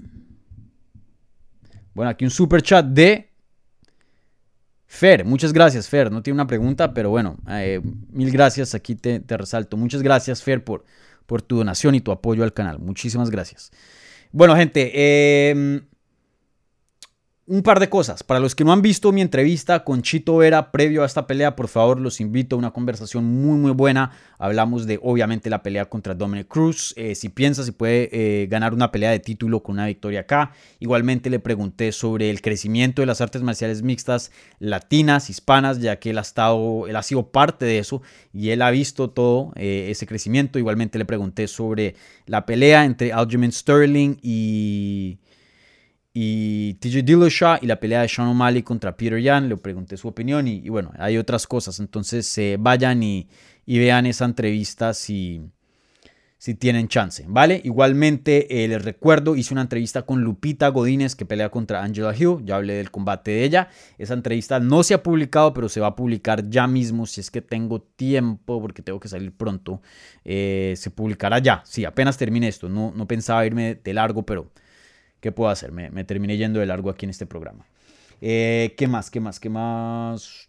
bueno, aquí un super chat de Fer. Muchas gracias, Fer. No tiene una pregunta, pero bueno, eh, mil gracias. Aquí te, te resalto. Muchas gracias, Fer, por, por tu donación y tu apoyo al canal. Muchísimas gracias. Bueno, gente, eh... un par de cosas. Para los que no han visto mi entrevista con Chito Vera previo a esta pelea, por favor, los invito a una conversación muy, muy buena. Hablamos de, obviamente, la pelea contra Dominick Cruz. Eh, si piensa si puede eh, ganar una pelea de título con una victoria acá. Igualmente le pregunté sobre el crecimiento de las artes marciales mixtas latinas, hispanas, ya que él ha, estado, él ha sido parte de eso y él ha visto todo eh, ese crecimiento. Igualmente le pregunté sobre la pelea entre Aljamain Sterling y... y T J Dillashaw y la pelea de Sean O'Malley contra Peter Yan. Le pregunté su opinión y, y bueno, hay otras cosas. Entonces eh, vayan y, y vean esa entrevista si, si tienen chance, ¿vale? Igualmente eh, les recuerdo, hice una entrevista con Lupita Godínez que pelea contra Angela Hill. Ya hablé del combate de ella. Esa entrevista no se ha publicado, pero se va a publicar ya mismo si es que tengo tiempo, porque tengo que salir pronto. Eh, se publicará ya, sí, apenas termine esto. No, no pensaba irme de largo, pero... ¿qué puedo hacer? Me, me terminé yendo de largo aquí en este programa. Eh, ¿Qué más? ¿Qué más? ¿Qué más?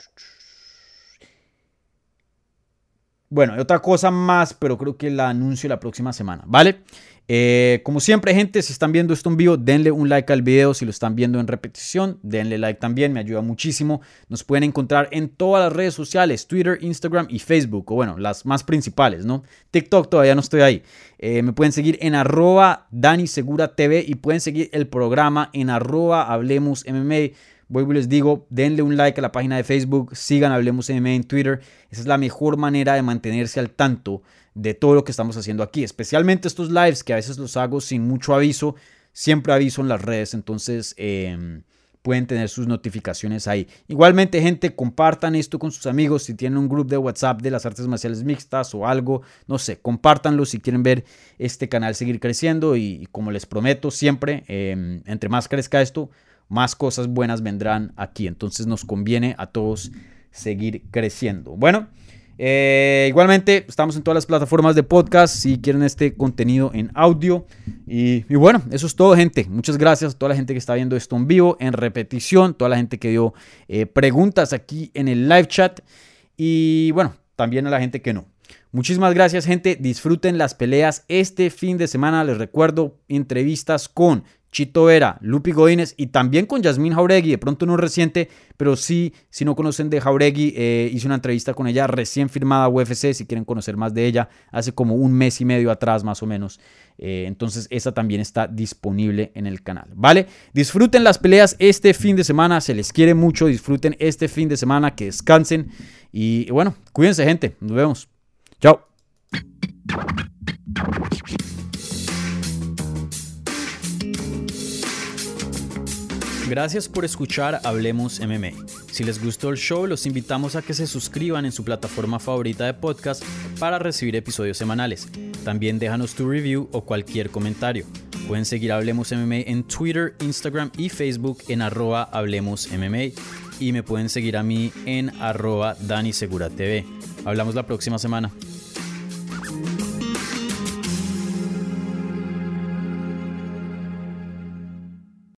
Bueno, hay otra cosa más, pero creo que la anuncio la próxima semana, ¿vale? Eh, como siempre, gente, si están viendo esto en vivo, denle un like al video. Si lo están viendo en repetición, denle like también, me ayuda muchísimo. Nos pueden encontrar en todas las redes sociales, Twitter, Instagram y Facebook, o bueno, las más principales, ¿no? TikTok todavía no estoy ahí. Eh, me pueden seguir en arroba Dani Segura T V y pueden seguir el programa en arroba Hablemos M M A. Vuelvo y les digo, denle un like a la página de Facebook, sigan Hablemos M M A en Twitter. Esa es la mejor manera de mantenerse al tanto de todo lo que estamos haciendo aquí, especialmente estos lives que a veces los hago sin mucho aviso. Siempre aviso en las redes, entonces eh, pueden tener sus notificaciones ahí. Igualmente, gente, compartan esto con sus amigos. Si tienen un grupo de WhatsApp de las artes marciales mixtas o algo, no sé, compártanlo si quieren ver este canal seguir creciendo. Y, y como les prometo siempre, eh, entre más crezca esto, más cosas buenas vendrán aquí. Entonces nos conviene a todos seguir creciendo. Bueno, eh, igualmente estamos en todas las plataformas de podcast si quieren este contenido en audio. Y, y bueno, eso es todo, gente. Muchas gracias a toda la gente que está viendo esto en vivo, en repetición, toda la gente que dio eh, preguntas aquí en el live chat. Y bueno, también a la gente que no. Muchísimas gracias, gente. Disfruten las peleas este fin de semana. Les recuerdo, entrevistas con Chito Vera, Lupi Godínez y también con Yasmín Jauregui, de pronto no reciente, pero sí, si no conocen de Jauregui, eh, hice una entrevista con ella recién firmada a U F C, si quieren conocer más de ella, hace como un mes y medio atrás más o menos, eh, entonces esa también está disponible en el canal, ¿vale? Disfruten las peleas este fin de semana, se les quiere mucho, disfruten este fin de semana, que descansen y bueno, cuídense gente, nos vemos, chao. Gracias por escuchar Hablemos M M A. Si les gustó el show, los invitamos a que se suscriban en su plataforma favorita de podcast para recibir episodios semanales. También déjanos tu review o cualquier comentario. Pueden seguir Hablemos M M A en Twitter, Instagram y Facebook en arroba Hablemos M M A y me pueden seguir a mí en arroba Dani Segura T V. Hablamos la próxima semana.